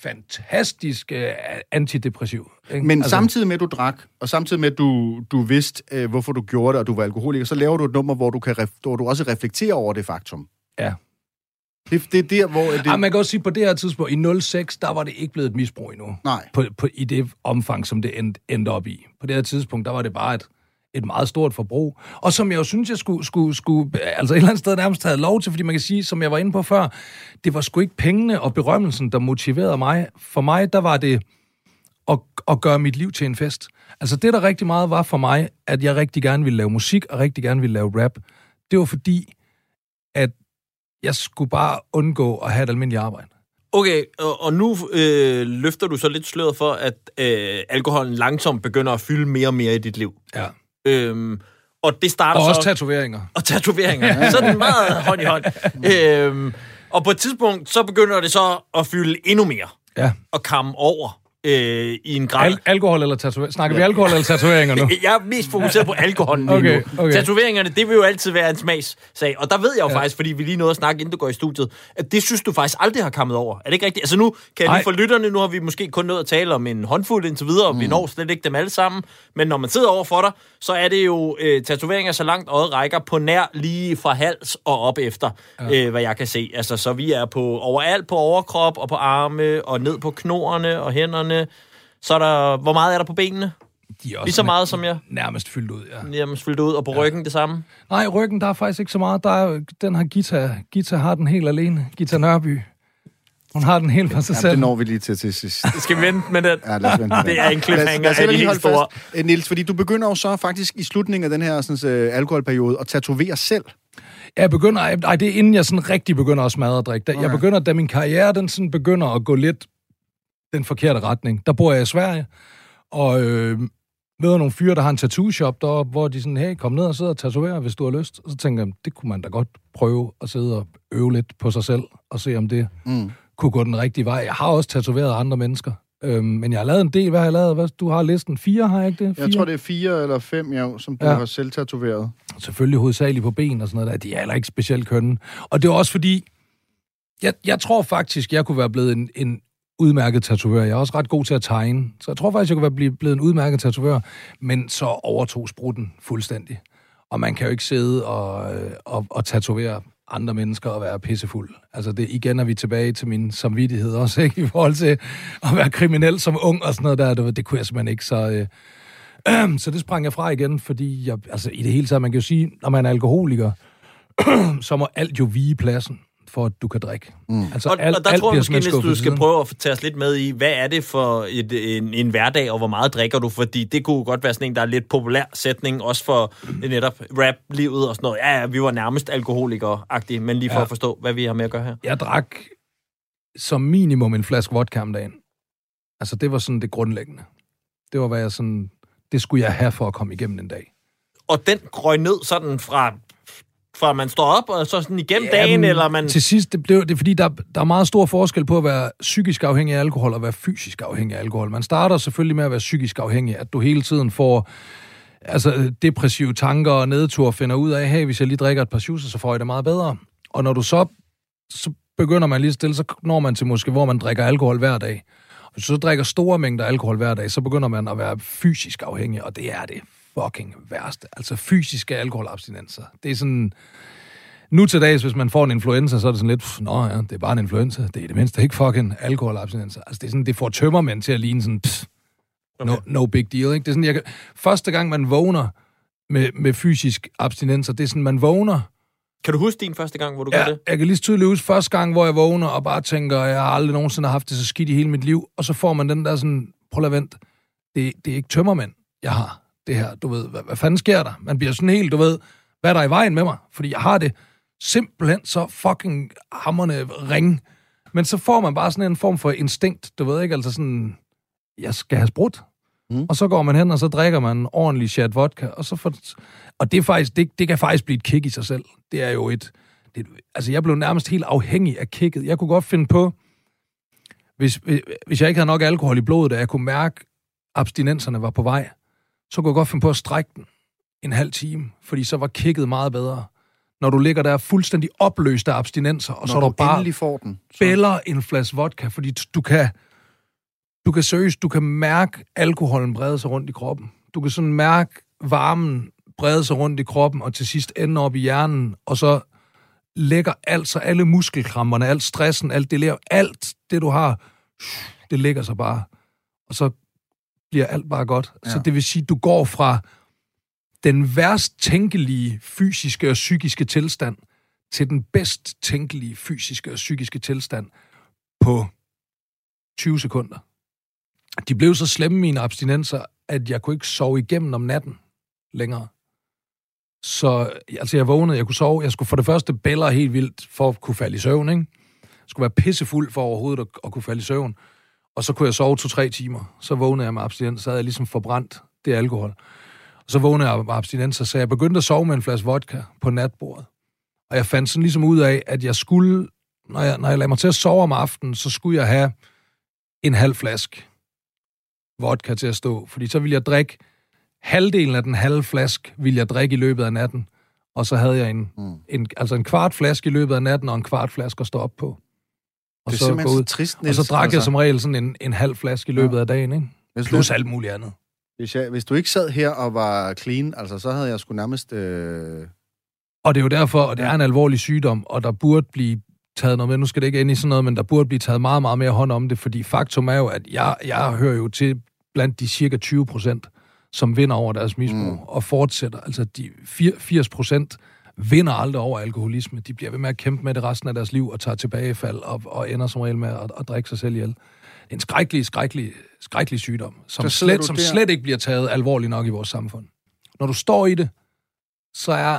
fantastisk øh, antidepressiv. Ikke? Men altså, samtidig med, at du drak, og samtidig med, at du, du vidste, øh, hvorfor du gjorde det, og du var alkoholiker, så laver du et nummer, hvor du, kan ref- hvor du også reflekterer over det faktum. Ja. Det, det er der, hvor... Det... Ej, man kan også sige, på det her tidspunkt, i nul seks, der var det ikke blevet et misbrug endnu. Nej. På, på, I det omfang, som det end, endte op i. På det her tidspunkt, der var det bare et, et meget stort forbrug. Og som jeg jo synes, jeg skulle, skulle, skulle altså et eller andet sted nærmest have lov til, fordi man kan sige, som jeg var inde på før, det var sgu ikke pengene og berømmelsen, der motiverede mig. For mig, der var det at, at gøre mit liv til en fest. Altså det, der rigtig meget var for mig, at jeg rigtig gerne ville lave musik, og rigtig gerne ville lave rap, det var fordi, at jeg skulle bare undgå at have et almindeligt arbejde. Okay, og, og nu øh, løfter du så lidt sløret for, at øh, alkoholen langsomt begynder at fylde mere og mere i dit liv. Ja. Øhm, og det starter og så... også tatoveringer. Og tatoveringer. Så er den meget hånd i hånd. øhm, og på et tidspunkt, så begynder det så at fylde endnu mere. Ja. Og komme over øh, i en grad... Al- alkohol eller tatoveringer? Snakker vi alkohol eller tatoveringer nu? Jeg er mest fokuseret på alkoholen lige okay, nu. Okay. Tatoveringerne, det vil jo altid være en smagssag. Og der ved jeg jo ja. faktisk, fordi vi lige nåede at snakke, inden du går i studiet, at det synes du faktisk aldrig har kommet over. Er det ikke rigtigt? Altså nu kan jeg lige for lytterne, nu har vi måske kun nået at tale om en håndfuld indtil videre, og mm. vi når slet ikke dem alle sammen. Men når man sidder over for dig, så er det jo øh, tatoveringer så langt øjet rækker på nær lige fra hals og op efter, ja. øh, hvad jeg kan se. Altså, så vi er på overalt på overkrop og på arme og ned på knorene og hænderne. Så er der, hvor meget er der på benene? De er også lige så meget som jeg? Nærmest fyldt ud, ja. Nærmest fyldt ud, og på ja. ryggen det samme? Nej, ryggen, der er faktisk ikke så meget. Der er, den har Gita. Gita har den helt alene. Gita Nørby. Hun har den helt for sig selv. Ja, det når vi lige til til sidst. Skal vi vente med den? Ja, lad os vente med det er en cliffhanger af de helt store. Fast, Niels, fordi du begynder jo så faktisk i slutningen af den her sådan, uh, alkoholperiode at tatovere selv. Jeg begynder... Ej, det er inden jeg sådan rigtig begynder at smadre og drikke. Okay. Jeg begynder, da min karriere den sådan begynder at gå lidt den forkerte retning. Der bor jeg i Sverige, og øh, møder nogle fyre, der har en tattoo-shop deroppe, hvor de sådan, hey, kom ned og sidde og tatovere, hvis du har lyst. Og så tænker jeg, det kunne man da godt prøve at sidde og øve lidt på sig selv, og se om det mm. kunne gå den rigtige vej. Jeg har også tatoveret andre mennesker, øhm, men jeg har lavet en del. Hvad har jeg lavet? Hvad, du har listen fire, har jeg ikke det? Fire? Jeg tror, det er fire eller fem, ja, som du ja. har selv tatoveret. Selvfølgelig hovedsageligt på ben og sådan noget der. De er heller ikke specielt kønne. Og det er også fordi, jeg, jeg tror faktisk, jeg kunne være blevet en, en udmærket tatovør. Jeg er også ret god til at tegne, så jeg tror faktisk, jeg kunne være blevet en udmærket tatovør, men så overtog sprutten fuldstændig. Og man kan jo ikke sidde og, og, og tatovere andre mennesker og være pissefuld. Altså det, igen er vi tilbage til min samvittighed også, ikke? I forhold til at være kriminel som ung og sådan noget der. Det, det kunne jeg simpelthen ikke, så... Øh, øh, så det sprang jeg fra igen, fordi jeg, altså i det hele taget, man kan jo sige, når man er alkoholiker, så må alt jo vige pladsen, for at du kan drikke. Mm. Altså, og, alt, og der alt tror jeg måske, hvis du skal siden. prøve at tage os lidt med i, hvad er det for et, en, en hverdag, og hvor meget drikker du? Fordi det kunne godt være sådan en, der er lidt populær sætning, også for netop rap-livet og sådan noget. Ja, ja, vi var nærmest alkoholikere-agtige, men lige for ja. at forstå, hvad vi har med at gøre her. Jeg drak som minimum en flaske vodka om dagen. Altså, det var sådan det grundlæggende. Det var, hvad jeg sådan... Det skulle jeg have for at komme igennem en dag. Og den røg ned sådan fra... fra man står op, og så sådan igennem ja, dagen, eller man... Til sidst, det blev det, fordi der, der er meget stor forskel på at være psykisk afhængig af alkohol, og være fysisk afhængig af alkohol. Man starter selvfølgelig med at være psykisk afhængig, at du hele tiden får altså, depressive tanker og nedtur, og finder ud af, hey, hvis jeg lige drikker et par shoes, så får jeg det meget bedre. Og når du så, så begynder man lige stille, så når man til måske, hvor man drikker alkohol hver dag. Og hvis du så drikker store mængder alkohol hver dag, så begynder man at være fysisk afhængig, og det er det fucking værste. Altså fysiske alkoholabstinenser. Det er sådan... Nu til dags, hvis man får en influenza, så er det sådan lidt, nå ja, det er bare en influenza. Det er det mindste ikke fucking alkoholabstinenser. Altså det er sådan, det får tømmermænd til at ligne sådan, pss, no, no big deal, ikke? Det er sådan, jeg kan, første gang man vågner med, med fysisk abstinenser, det er sådan, man vågner. Kan du huske din første gang, hvor du ja, gør det? Jeg kan lige så tydeligt huske første gang, hvor jeg vågner og bare tænker, jeg har aldrig nogensinde haft det så skidt i hele mit liv. Og så får man den der sådan, prøv at vente, det, det er ikke tømmermænd, jeg har det her. Du ved, hvad, hvad fanden sker der? Man bliver sådan helt, du ved, hvad er der i vejen med mig? Fordi jeg har det simpelthen så fucking hammerne ring. Men så får man bare sådan en form for instinkt, du ved ikke, altså sådan, jeg skal have sprut. Mm. Og så går man hen, og så drikker man en ordentlig chat vodka, og så får... Og det er faktisk, det, det kan faktisk blive et kick i sig selv. Det er jo et... Det, altså, jeg blev nærmest helt afhængig af kicket. Jeg kunne godt finde på, hvis, hvis jeg ikke havde nok alkohol i blodet, og jeg kunne mærke, at abstinenserne var på vej, så kunne jeg godt finde på at strække den en halv time, fordi så var kicket meget bedre. Når du ligger der fuldstændig opløst af abstinenser, og når så er du bare får den, så... bæller en flaske vodka, fordi du kan, Du kan seriøst, du kan mærke alkoholen brede sig rundt i kroppen. Du kan sådan mærke varmen brede sig rundt i kroppen, og til sidst ende op i hjernen, og så lægger alt, så alle muskelkramperne, alt stressen, alt det lærer, alt det, du har, det lægger sig bare. Og så bliver alt bare godt. Ja. Så det vil sige, du går fra den værst tænkelige fysiske og psykiske tilstand til den bedst tænkelige fysiske og psykiske tilstand på tyve sekunder. De blev så slemme, mine abstinenser, at jeg kunne ikke sove igennem om natten længere. Så altså, jeg vågnede, jeg kunne sove. Jeg skulle for det første bæller helt vildt for at kunne falde i søvn, ikke? Jeg skulle være pissefuld for overhovedet at, at kunne falde i søvn. Og så kunne jeg sove to-tre timer. Så vågnede jeg med abstinens, så havde jeg ligesom forbrændt det alkohol. Og så vågnede jeg med abstinens, så jeg begyndte at sove med en flaske vodka på natbordet. Og jeg fandt sådan ligesom ud af, at jeg skulle, når jeg, når jeg lagde mig til at sove om aftenen, så skulle jeg have en halv flaske vodka til at stå. Fordi så ville jeg drikke halvdelen af den halve flaske, ville jeg drikke i løbet af natten. Og så havde jeg en, mm. en, altså en kvart flaske i løbet af natten, og en kvart flaske at stå op på. Og det er så simpelthen gå ud. Så trist, Niels. Og så drak altså. jeg som regel sådan en, en halv flaske i løbet ja. af dagen, ikke? Hvis Plus du, alt muligt andet. Hvis, jeg, hvis du ikke sad her og var clean, altså så havde jeg sgu nærmest... Øh... Og det er jo derfor, og det er en alvorlig sygdom, og der burde blive taget noget med, nu skal det ikke ind i sådan noget, men der burde blive taget meget, meget mere hånd om det, fordi faktum er jo, at jeg, jeg hører jo til blandt de cirka tyve procent, som vinder over deres misbrug, mm. og fortsætter. Altså de firs procent vinder aldrig over alkoholisme. De bliver ved med at kæmpe med det resten af deres liv, og tager tilbagefald, og, og ender som regel med at, at drikke sig selv ihjel. Det er en skrækkelig, skrækkelig, skrækkelig sygdom, som, slet, som slet ikke bliver taget alvorligt nok i vores samfund. Når du står i det, så er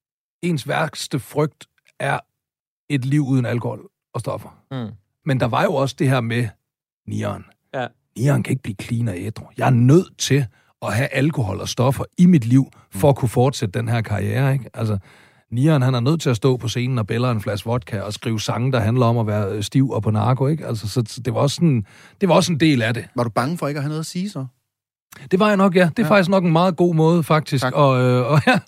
ens værste frygt er et liv uden alkohol og stoffer. Mm. Men der var jo også det her med nieren. Ja. Nieren kan ikke blive clean og ædru. Jeg er nødt til at have alkohol og stoffer i mit liv, for at kunne fortsætte den her karriere, ikke? Altså, nieren, han er nødt til at stå på scenen og bæller en flaske vodka og skrive sange, der handler om at være stiv og på narko, ikke? Altså, så, så det var også en, det var også en del af det. Var du bange for ikke at have noget at sige, så? Det var jeg nok, ja. Det er ja. faktisk nok en meget god måde, faktisk, at øh, og, ja,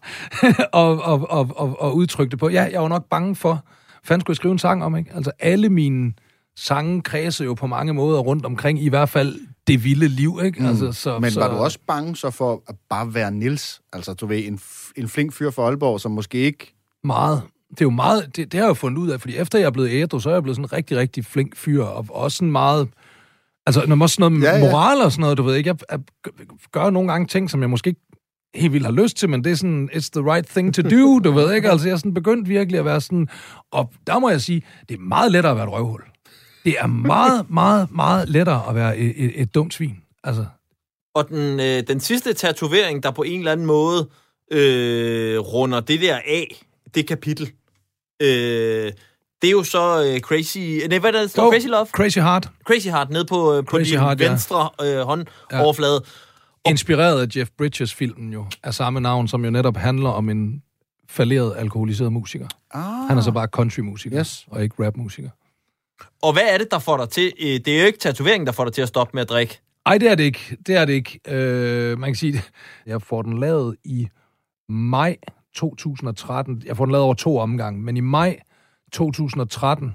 og, og, og, og, og udtrykke det på. Ja, jeg var nok bange for, fanden skulle jeg skrive en sang om, ikke? Altså, alle mine sange kredser jo på mange måder rundt omkring, i hvert fald det vilde liv, ikke? Mm. Altså, så, Men så... var du også bange så for at bare være Niels? Altså, du ved, en, en flink fyr fra Aalborg, som måske ikke... Meget. Det er jo meget... Det, det har jeg jo fundet ud af, fordi efter jeg er blevet ædru, så er jeg blevet sådan en rigtig, rigtig flink fyr, og også sådan meget... Altså, når man også sådan noget ja, ja. moral og sådan noget, du ved ikke, jeg, jeg gør nogle gange ting, som jeg måske ikke helt vildt har lyst til, men det er sådan, it's the right thing to do, du ved ikke? Altså, jeg er sådan begyndt virkelig at være sådan... Og der må jeg sige, det er meget lettere at være et røvhul. Det er meget, meget, meget lettere at være et, et, et dumt svin. Altså. Og den, øh, den sidste tatovering, der på en eller anden måde øh, runder det der af, det kapitel, øh, det er jo så øh, Crazy... Nej, hvad er det? Oh, Crazy Love? Crazy Heart. Crazy Heart, nede på, øh, på din heart, venstre ja. øh, håndoverflade. Ja. Inspireret af Jeff Bridges-filmen jo, af samme navn, som jo netop handler om en falderet, alkoholiseret musiker. Ah. Han er så bare country-musiker, yes. og ikke rap-musiker. Og hvad er det, der får dig til... Det er jo ikke tatoveringen, der får dig til at stoppe med at drikke. Ej, det er det ikke. Det er det ikke. Øh, man kan sige, jeg får den lavet i maj to tusind og tretten. Jeg får den lavet over to omgange, men i maj to tusind og tretten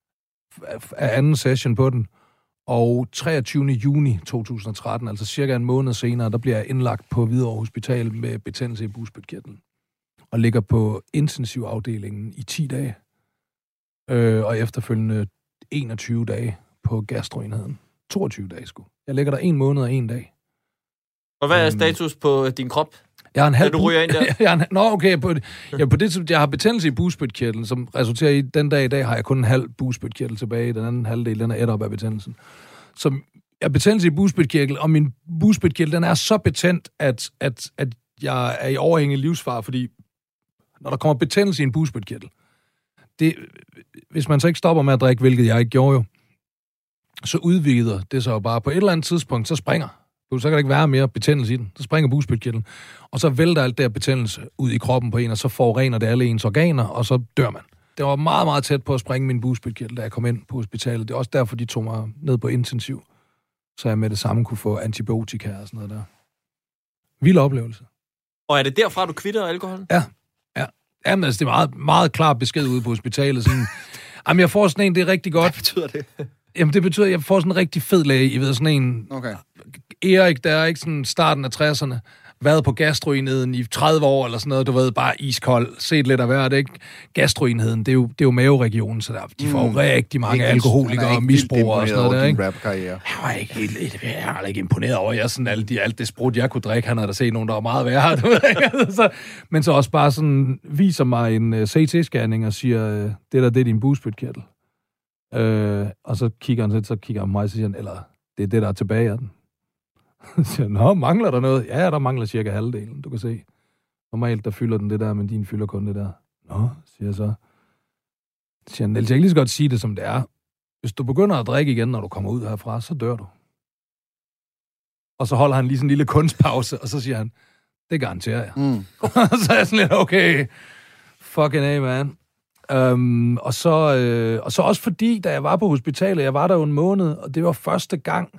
er anden session på den, og treogtyvende juni to tusind og tretten, altså cirka en måned senere, der bliver jeg indlagt på Hvidovre Hospital med betændelse i bugspytkirtlen, og ligger på intensivafdelingen i ti dage, øh, og efterfølgende enogtyve dage på gastroenheden. toogtyve dage, sgu. Jeg ligger der en måned og en dag. Og hvad er status på din krop? Jeg har en halv... du ryger ind der? jeg har en... Nå, okay. På, ja, på det, jeg har betændelse i bugspytkirtlen, som resulterer i, den dag i dag har jeg kun en halv bugspytkirtel tilbage. Den anden halvdel, den er et op af betændelsen. Så jeg har betændelse i bugspytkirtel, og min bugspytkirtel, den er så betændt, at, at, at jeg er i overhængende livsfare, fordi når der kommer betændelse i en bugspytkirtel, det, hvis man så ikke stopper med at drikke, hvilket jeg ikke gjorde jo, så udvider det så bare på et eller andet tidspunkt, så springer. Så kan der ikke være mere betændelse i den. Så springer bugspytkirtlen. Og så vælter alt det her betændelse ud i kroppen på en, og så forurener det alle ens organer, og så dør man. Det var meget, meget tæt på at springe min bugspytkirtel, da jeg kom ind på hospitalet. Det er også derfor, de tog mig ned på intensiv, så jeg med det samme kunne få antibiotika og sådan noget der. Vild oplevelse. Og er det derfra, du kvitter alkoholen? Ja. Ja. Jamen, altså, det er meget, meget klar besked ude på hospitalet. Sådan, jamen, jeg får sådan en, det er rigtig godt. Hvad betyder det? Jamen, det betyder, at jeg får sådan en rigtig fed læge. I ved, sådan en... Okay. Erik, der er ikke sådan starten af tresserne, været på gastroenheden i tredive år, eller sådan noget, du ved, bare iskold, set lidt af hvert, ikke? Gastroenheden, det er jo, det er jo maveregionen, så der, de får mm. rigtig mange ikke, alkoholikere og misbrugere og sådan noget der, ikke? Rap-karriere. Jeg var ikke helt, jeg er ikke imponeret over, jeg sådan alt, de, alt det sprut, jeg kunne drikke, han havde da set nogen, der var meget værre, du ved, ikke? Så, men så også bare sådan, viser mig en uh, C T-scanning og siger, uh, det der, det er din bugspytkirtel. Uh, og så kigger han, så kigger han på mig, og siger han, eller det er det, der er tilbage af den. Så siger han, nå, mangler der noget? Ja, der mangler cirka halvdelen, du kan se. Normalt, der fylder den det der, men din fylder kun det der. Nå, siger jeg så. Så siger han, Niels, jeg kan lige så godt sige det, som det er. Hvis du begynder at drikke igen, når du kommer ud herfra, så dør du. Og så holder han lige sådan en lille kunstpause, og så siger han, det garanterer jeg. Mm. Så er jeg sådan lidt, okay, fucking A, man. Um, og, så, øh, og så også fordi, da jeg var på hospitalet, jeg var der jo en måned, og det var første gang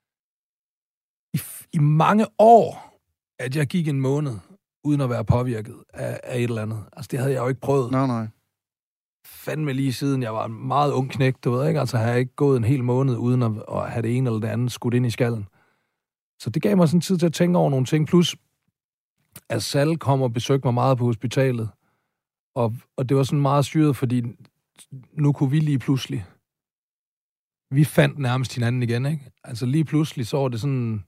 i, i mange år, at jeg gik en måned, uden at være påvirket af, af et eller andet. Altså, det havde jeg jo ikke prøvet. Nej, nej. Fandme lige siden jeg var en meget ung knægt, du ved ikke? Altså, har jeg ikke gået en hel måned, uden at, at have det ene eller det andet skudt ind i skallen. Så det gav mig sådan tid til at tænke over nogle ting. Plus, at Sal kom og besøgte mig meget på hospitalet. Og, og det var sådan meget styret, fordi nu kunne vi lige pludselig... Vi fandt nærmest hinanden igen, ikke? Altså lige pludselig så var det sådan...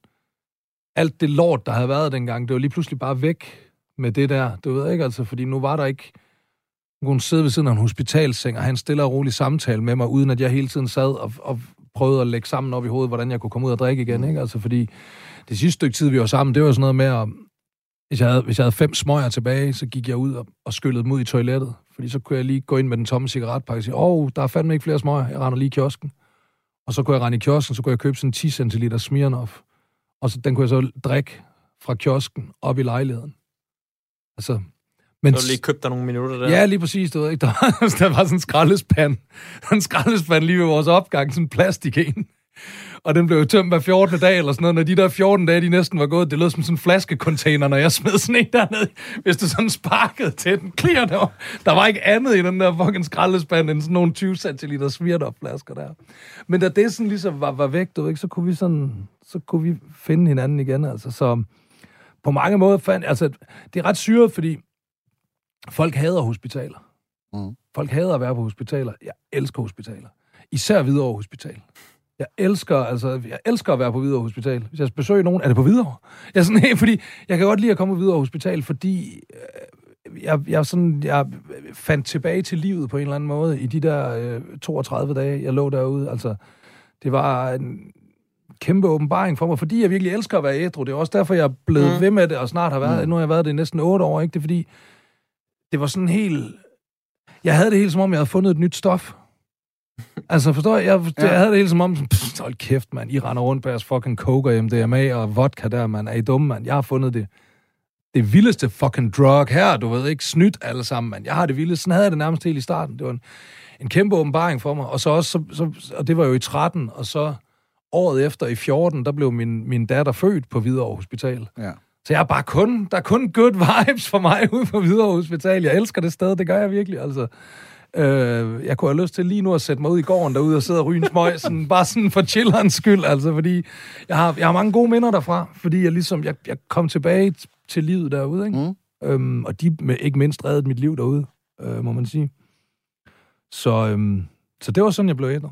Alt det lort, der havde været dengang, det var lige pludselig bare væk med det der. Du ved ikke, altså, fordi nu var der ikke... Hun kunne sidde ved siden af en hospitalseng, og han stille og rolig samtale med mig, uden at jeg hele tiden sad og, og prøvede at lægge sammen op i hovedet, hvordan jeg kunne komme ud og drikke igen, ikke? Altså, fordi det sidste stykke tid, vi var sammen, det var sådan noget med at... Hvis jeg, havde, hvis jeg havde fem smøger tilbage, så gik jeg ud og, og skyllede dem ud i toilettet. Fordi så kunne jeg lige gå ind med den tomme cigaretpakke og sige, åh, oh, der er fandme ikke flere smøger, jeg render lige i kiosken. Og så kunne jeg rende i kiosken, så kunne jeg købe sådan ti centiliter Smirnoff. Og så, den kunne jeg så drikke fra kiosken op i lejligheden. Altså... Men, så du lige købt dig nogle minutter der? Ja, lige præcis, du ved ikke. Der var, der var sådan en skraldespand. En skraldespand lige ved vores opgang, sådan en plastik en. Og den blev jo tømt hver fjortende dag, eller sådan noget. Når de der fjorten dage, de næsten var gået, det lød som sådan en flaskecontainer, når jeg smed sådan en dernede. Hvis du sådan sparkede til den, clear der var, der var ikke andet i den der fucking skraldespand, end sådan nogle tyve centiliter Smirnoff-flasker der. Men da det sådan ligesom var, var væk, du ved ikke, så kunne vi sådan, så kunne vi finde hinanden igen, altså. Så på mange måder fandt, altså, det er ret syret, fordi folk hader hospitaler. Mm. Folk hader at være på hospitaler. Jeg elsker hospitaler. Især Hvidovre Hospital. Jeg elsker, altså, jeg elsker at være på Hvidovre Hospital. Hvis jeg besøger nogen, er det på Hvidovre? Jeg er sådan, hey, fordi jeg kan godt lide at komme på Hvidovre Hospital, fordi øh, jeg, jeg, sådan, jeg fandt tilbage til livet på en eller anden måde i de der øh, toogtredive dage, jeg lå derude. Altså, det var en kæmpe åbenbaring for mig, fordi jeg virkelig elsker at være ædru. Det er også derfor, jeg er blevet mm. ved med det, og snart har været, mm. nu har jeg været det i næsten otte år, ikke? Det er fordi, det var sådan helt... Jeg havde det helt som om, jeg havde fundet et nyt stof. Altså, forstår jeg? Jeg, ja. jeg havde det helt som om, pff, hold kæft, mand. I render rundt på jeres fucking coke og M D M A og vodka der, mand. Er I dumme, mand? Jeg har fundet det, det vildeste fucking drug her, du ved ikke, snydt alle sammen, mand. Jeg har det vildeste. Sådan havde jeg det nærmest helt i starten. Det var en, en kæmpe åbenbaring for mig. Og så også, så, så, og det var jo i tretten, og så året efter i fjorten, der blev min, min datter født på Hvidovre Hospital. Ja. Så jeg er bare kun, der er kun good vibes for mig ude på Hvidovre Hospital. Jeg elsker det sted, det gør jeg virkelig, altså. Øh, jeg kunne have lyst til lige nu at sætte mig ud i gården derude og sidde og ryge en smøg, sådan, bare sådan for chillerens skyld, altså, fordi jeg har, jeg har mange gode minder derfra, fordi jeg ligesom, jeg, jeg kom tilbage til livet derude, ikke? Mm. Øhm, og de med, ikke mindst reddede mit liv derude, øh, må man sige. Så, øhm, så det var sådan, jeg blev ædru.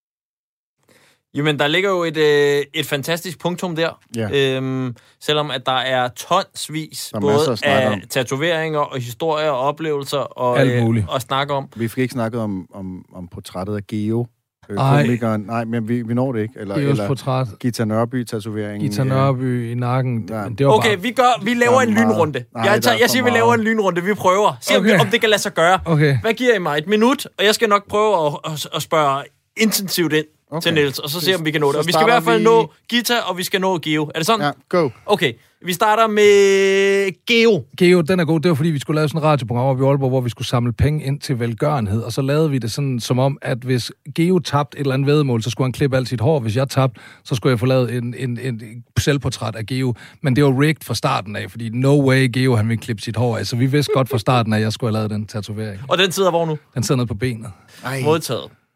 Jamen, der ligger jo et, øh, et fantastisk punktum der. Ja. Øhm, selvom at der er tonsvis der er både af tatoveringer og historier og oplevelser og, øh, og snakke om. Vi fik ikke snakket om, om, om portrættet af Geo. Øh, komikeren. Nej, men vi, vi når det ikke. Eller, Geos portræt. Gita Nørby-tatoveringen. Gita Nørby i nakken. Ja. Det var okay, bare... vi, gør, vi laver en lynrunde. Nej, jeg, tager, jeg siger, vi laver en lynrunde. Vi prøver. Se, okay. om det kan lade sig gøre. Okay. Hvad giver I mig? Et minut? Og jeg skal nok prøve at, at, at spørge intensivt ind. Okay. Til Niels, og så se, om vi kan nå det. Og vi skal i hvert fald vi... nå Gita, og vi skal nå Geo. Er det sådan? Ja, go. Okay, vi starter med Geo. Geo, den er god. Det var, fordi vi skulle lave sådan et radioprogram op i Aalborg, hvor vi skulle samle penge ind til velgørenhed. Og så lavede vi det sådan, som om, at hvis Geo tabte et eller andet væddemål, så skulle han klippe alt sit hår. Hvis jeg tabte, så skulle jeg få lavet en, en, en selvportræt af Geo. Men det var rigged fra starten af, fordi no way Geo, han ville klippe sit hår af. Så vi vidste godt fra starten af, at jeg skulle have lavet den tatovering. Og den sidder hvor nu? Den sidder nede på benet. Ej. Modtaget.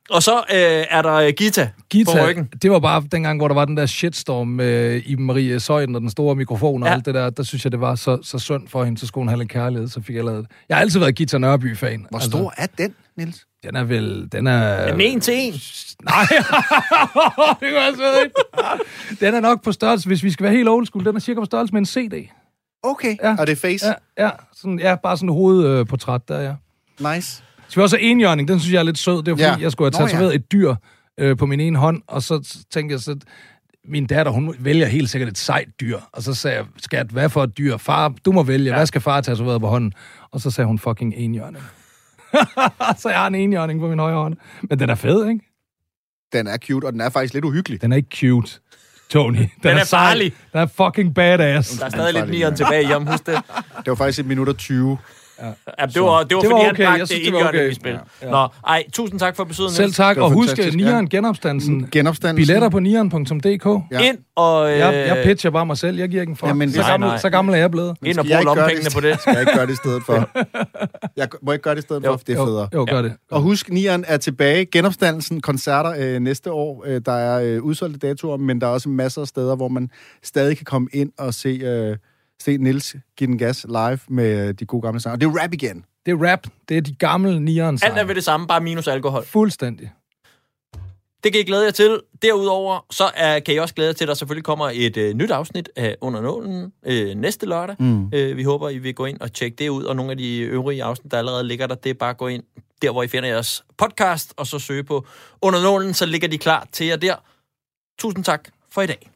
Og så øh, er der Gita, Gita på ryggen. Det var bare dengang, hvor der var den der shitstorm med Iben Marie Søjden og den store mikrofon og ja. alt det der. Der synes jeg, det var så, så synd for hende, så skulle hun have lidt kærlighed, så fik jeg lavet det. Jeg har altid været Gita Nørby-fan. Hvor stor altså, er den, Niels? Den er vel... Den er... Den en til en. Nej, det kan jeg så ikke. Den er nok på størrelse, hvis vi skal være helt old school, den er cirka på størrelse med en C D. Okay, ja. og det er face? Ja, ja, sådan, ja bare sådan et hovedportræt der, ja. Nice. Så vi også have enhjørning, den synes jeg er lidt sød. Det var fordi, ja. jeg skulle have tatoveret ja. et dyr øh, på min ene hånd, og så tænkte jeg så... Min datter, hun vælger helt sikkert et sejt dyr. Og så sagde jeg, skat, hvad for et dyr? Far, du må vælge. Ja. Hvad skal far tatoveret på hånden? Og så sagde hun fucking enhjørning. Så jeg har en enhjørning på min højre hånd. Men den er fed, ikke? Den er cute, og den er faktisk lidt uhyggelig. Den er ikke cute, Tony. Den, den er, er farlig. Den er fucking badass. Der er stadig lidt nieren tilbage i om, husk det. Det var faktisk et minut og tyve. Ja. Ja, det var, det var, det var fordi, okay. han Jeg synes, det det var okay. i spil. Ja. Ja. Nå, ej, tusind tak for besøget. Selv tak, og husk Nieren genopstandelsen. Genopstandelsen. Billetter på nieren punktum d k. Ja. Ind og... Øh... Jeg, jeg pitcher bare mig selv, jeg giver ikke en fuck. Jamen, så, nej, gammel, nej. så gammel er jeg blevet. Ind og bruge lommepengene på det. Skal jeg ikke gøre det i stedet for? Jeg må ikke gøre det i stedet for, for det er federe. Jo, jo gør det. Og husk, Nieren er tilbage. Genopstandelsen, koncerter øh, næste år. Øh, der er øh, udsolgte datoer, men der er også masser af steder, hvor man stadig kan komme ind og se, øh, se Niels give den gas live med de gode gamle sanger. Det er rap igen. Det er rap. Det er de gamle Nieren sanger. Alt er ved det samme, bare minus alkohol. Fuldstændig. Det kan I glæde jer til. Derudover, så er, kan I også glæde jer til, at der selvfølgelig kommer et øh, nyt afsnit af Under Nålen øh, næste lørdag. Mm. Øh, vi håber, I vil gå ind og tjekke det ud, og nogle af de øvrige afsnit, der allerede ligger der, det er bare at gå ind der, hvor I finder jeres podcast, og så søge på Under Nålen, så ligger de klar til jer der. Tusind tak for i dag.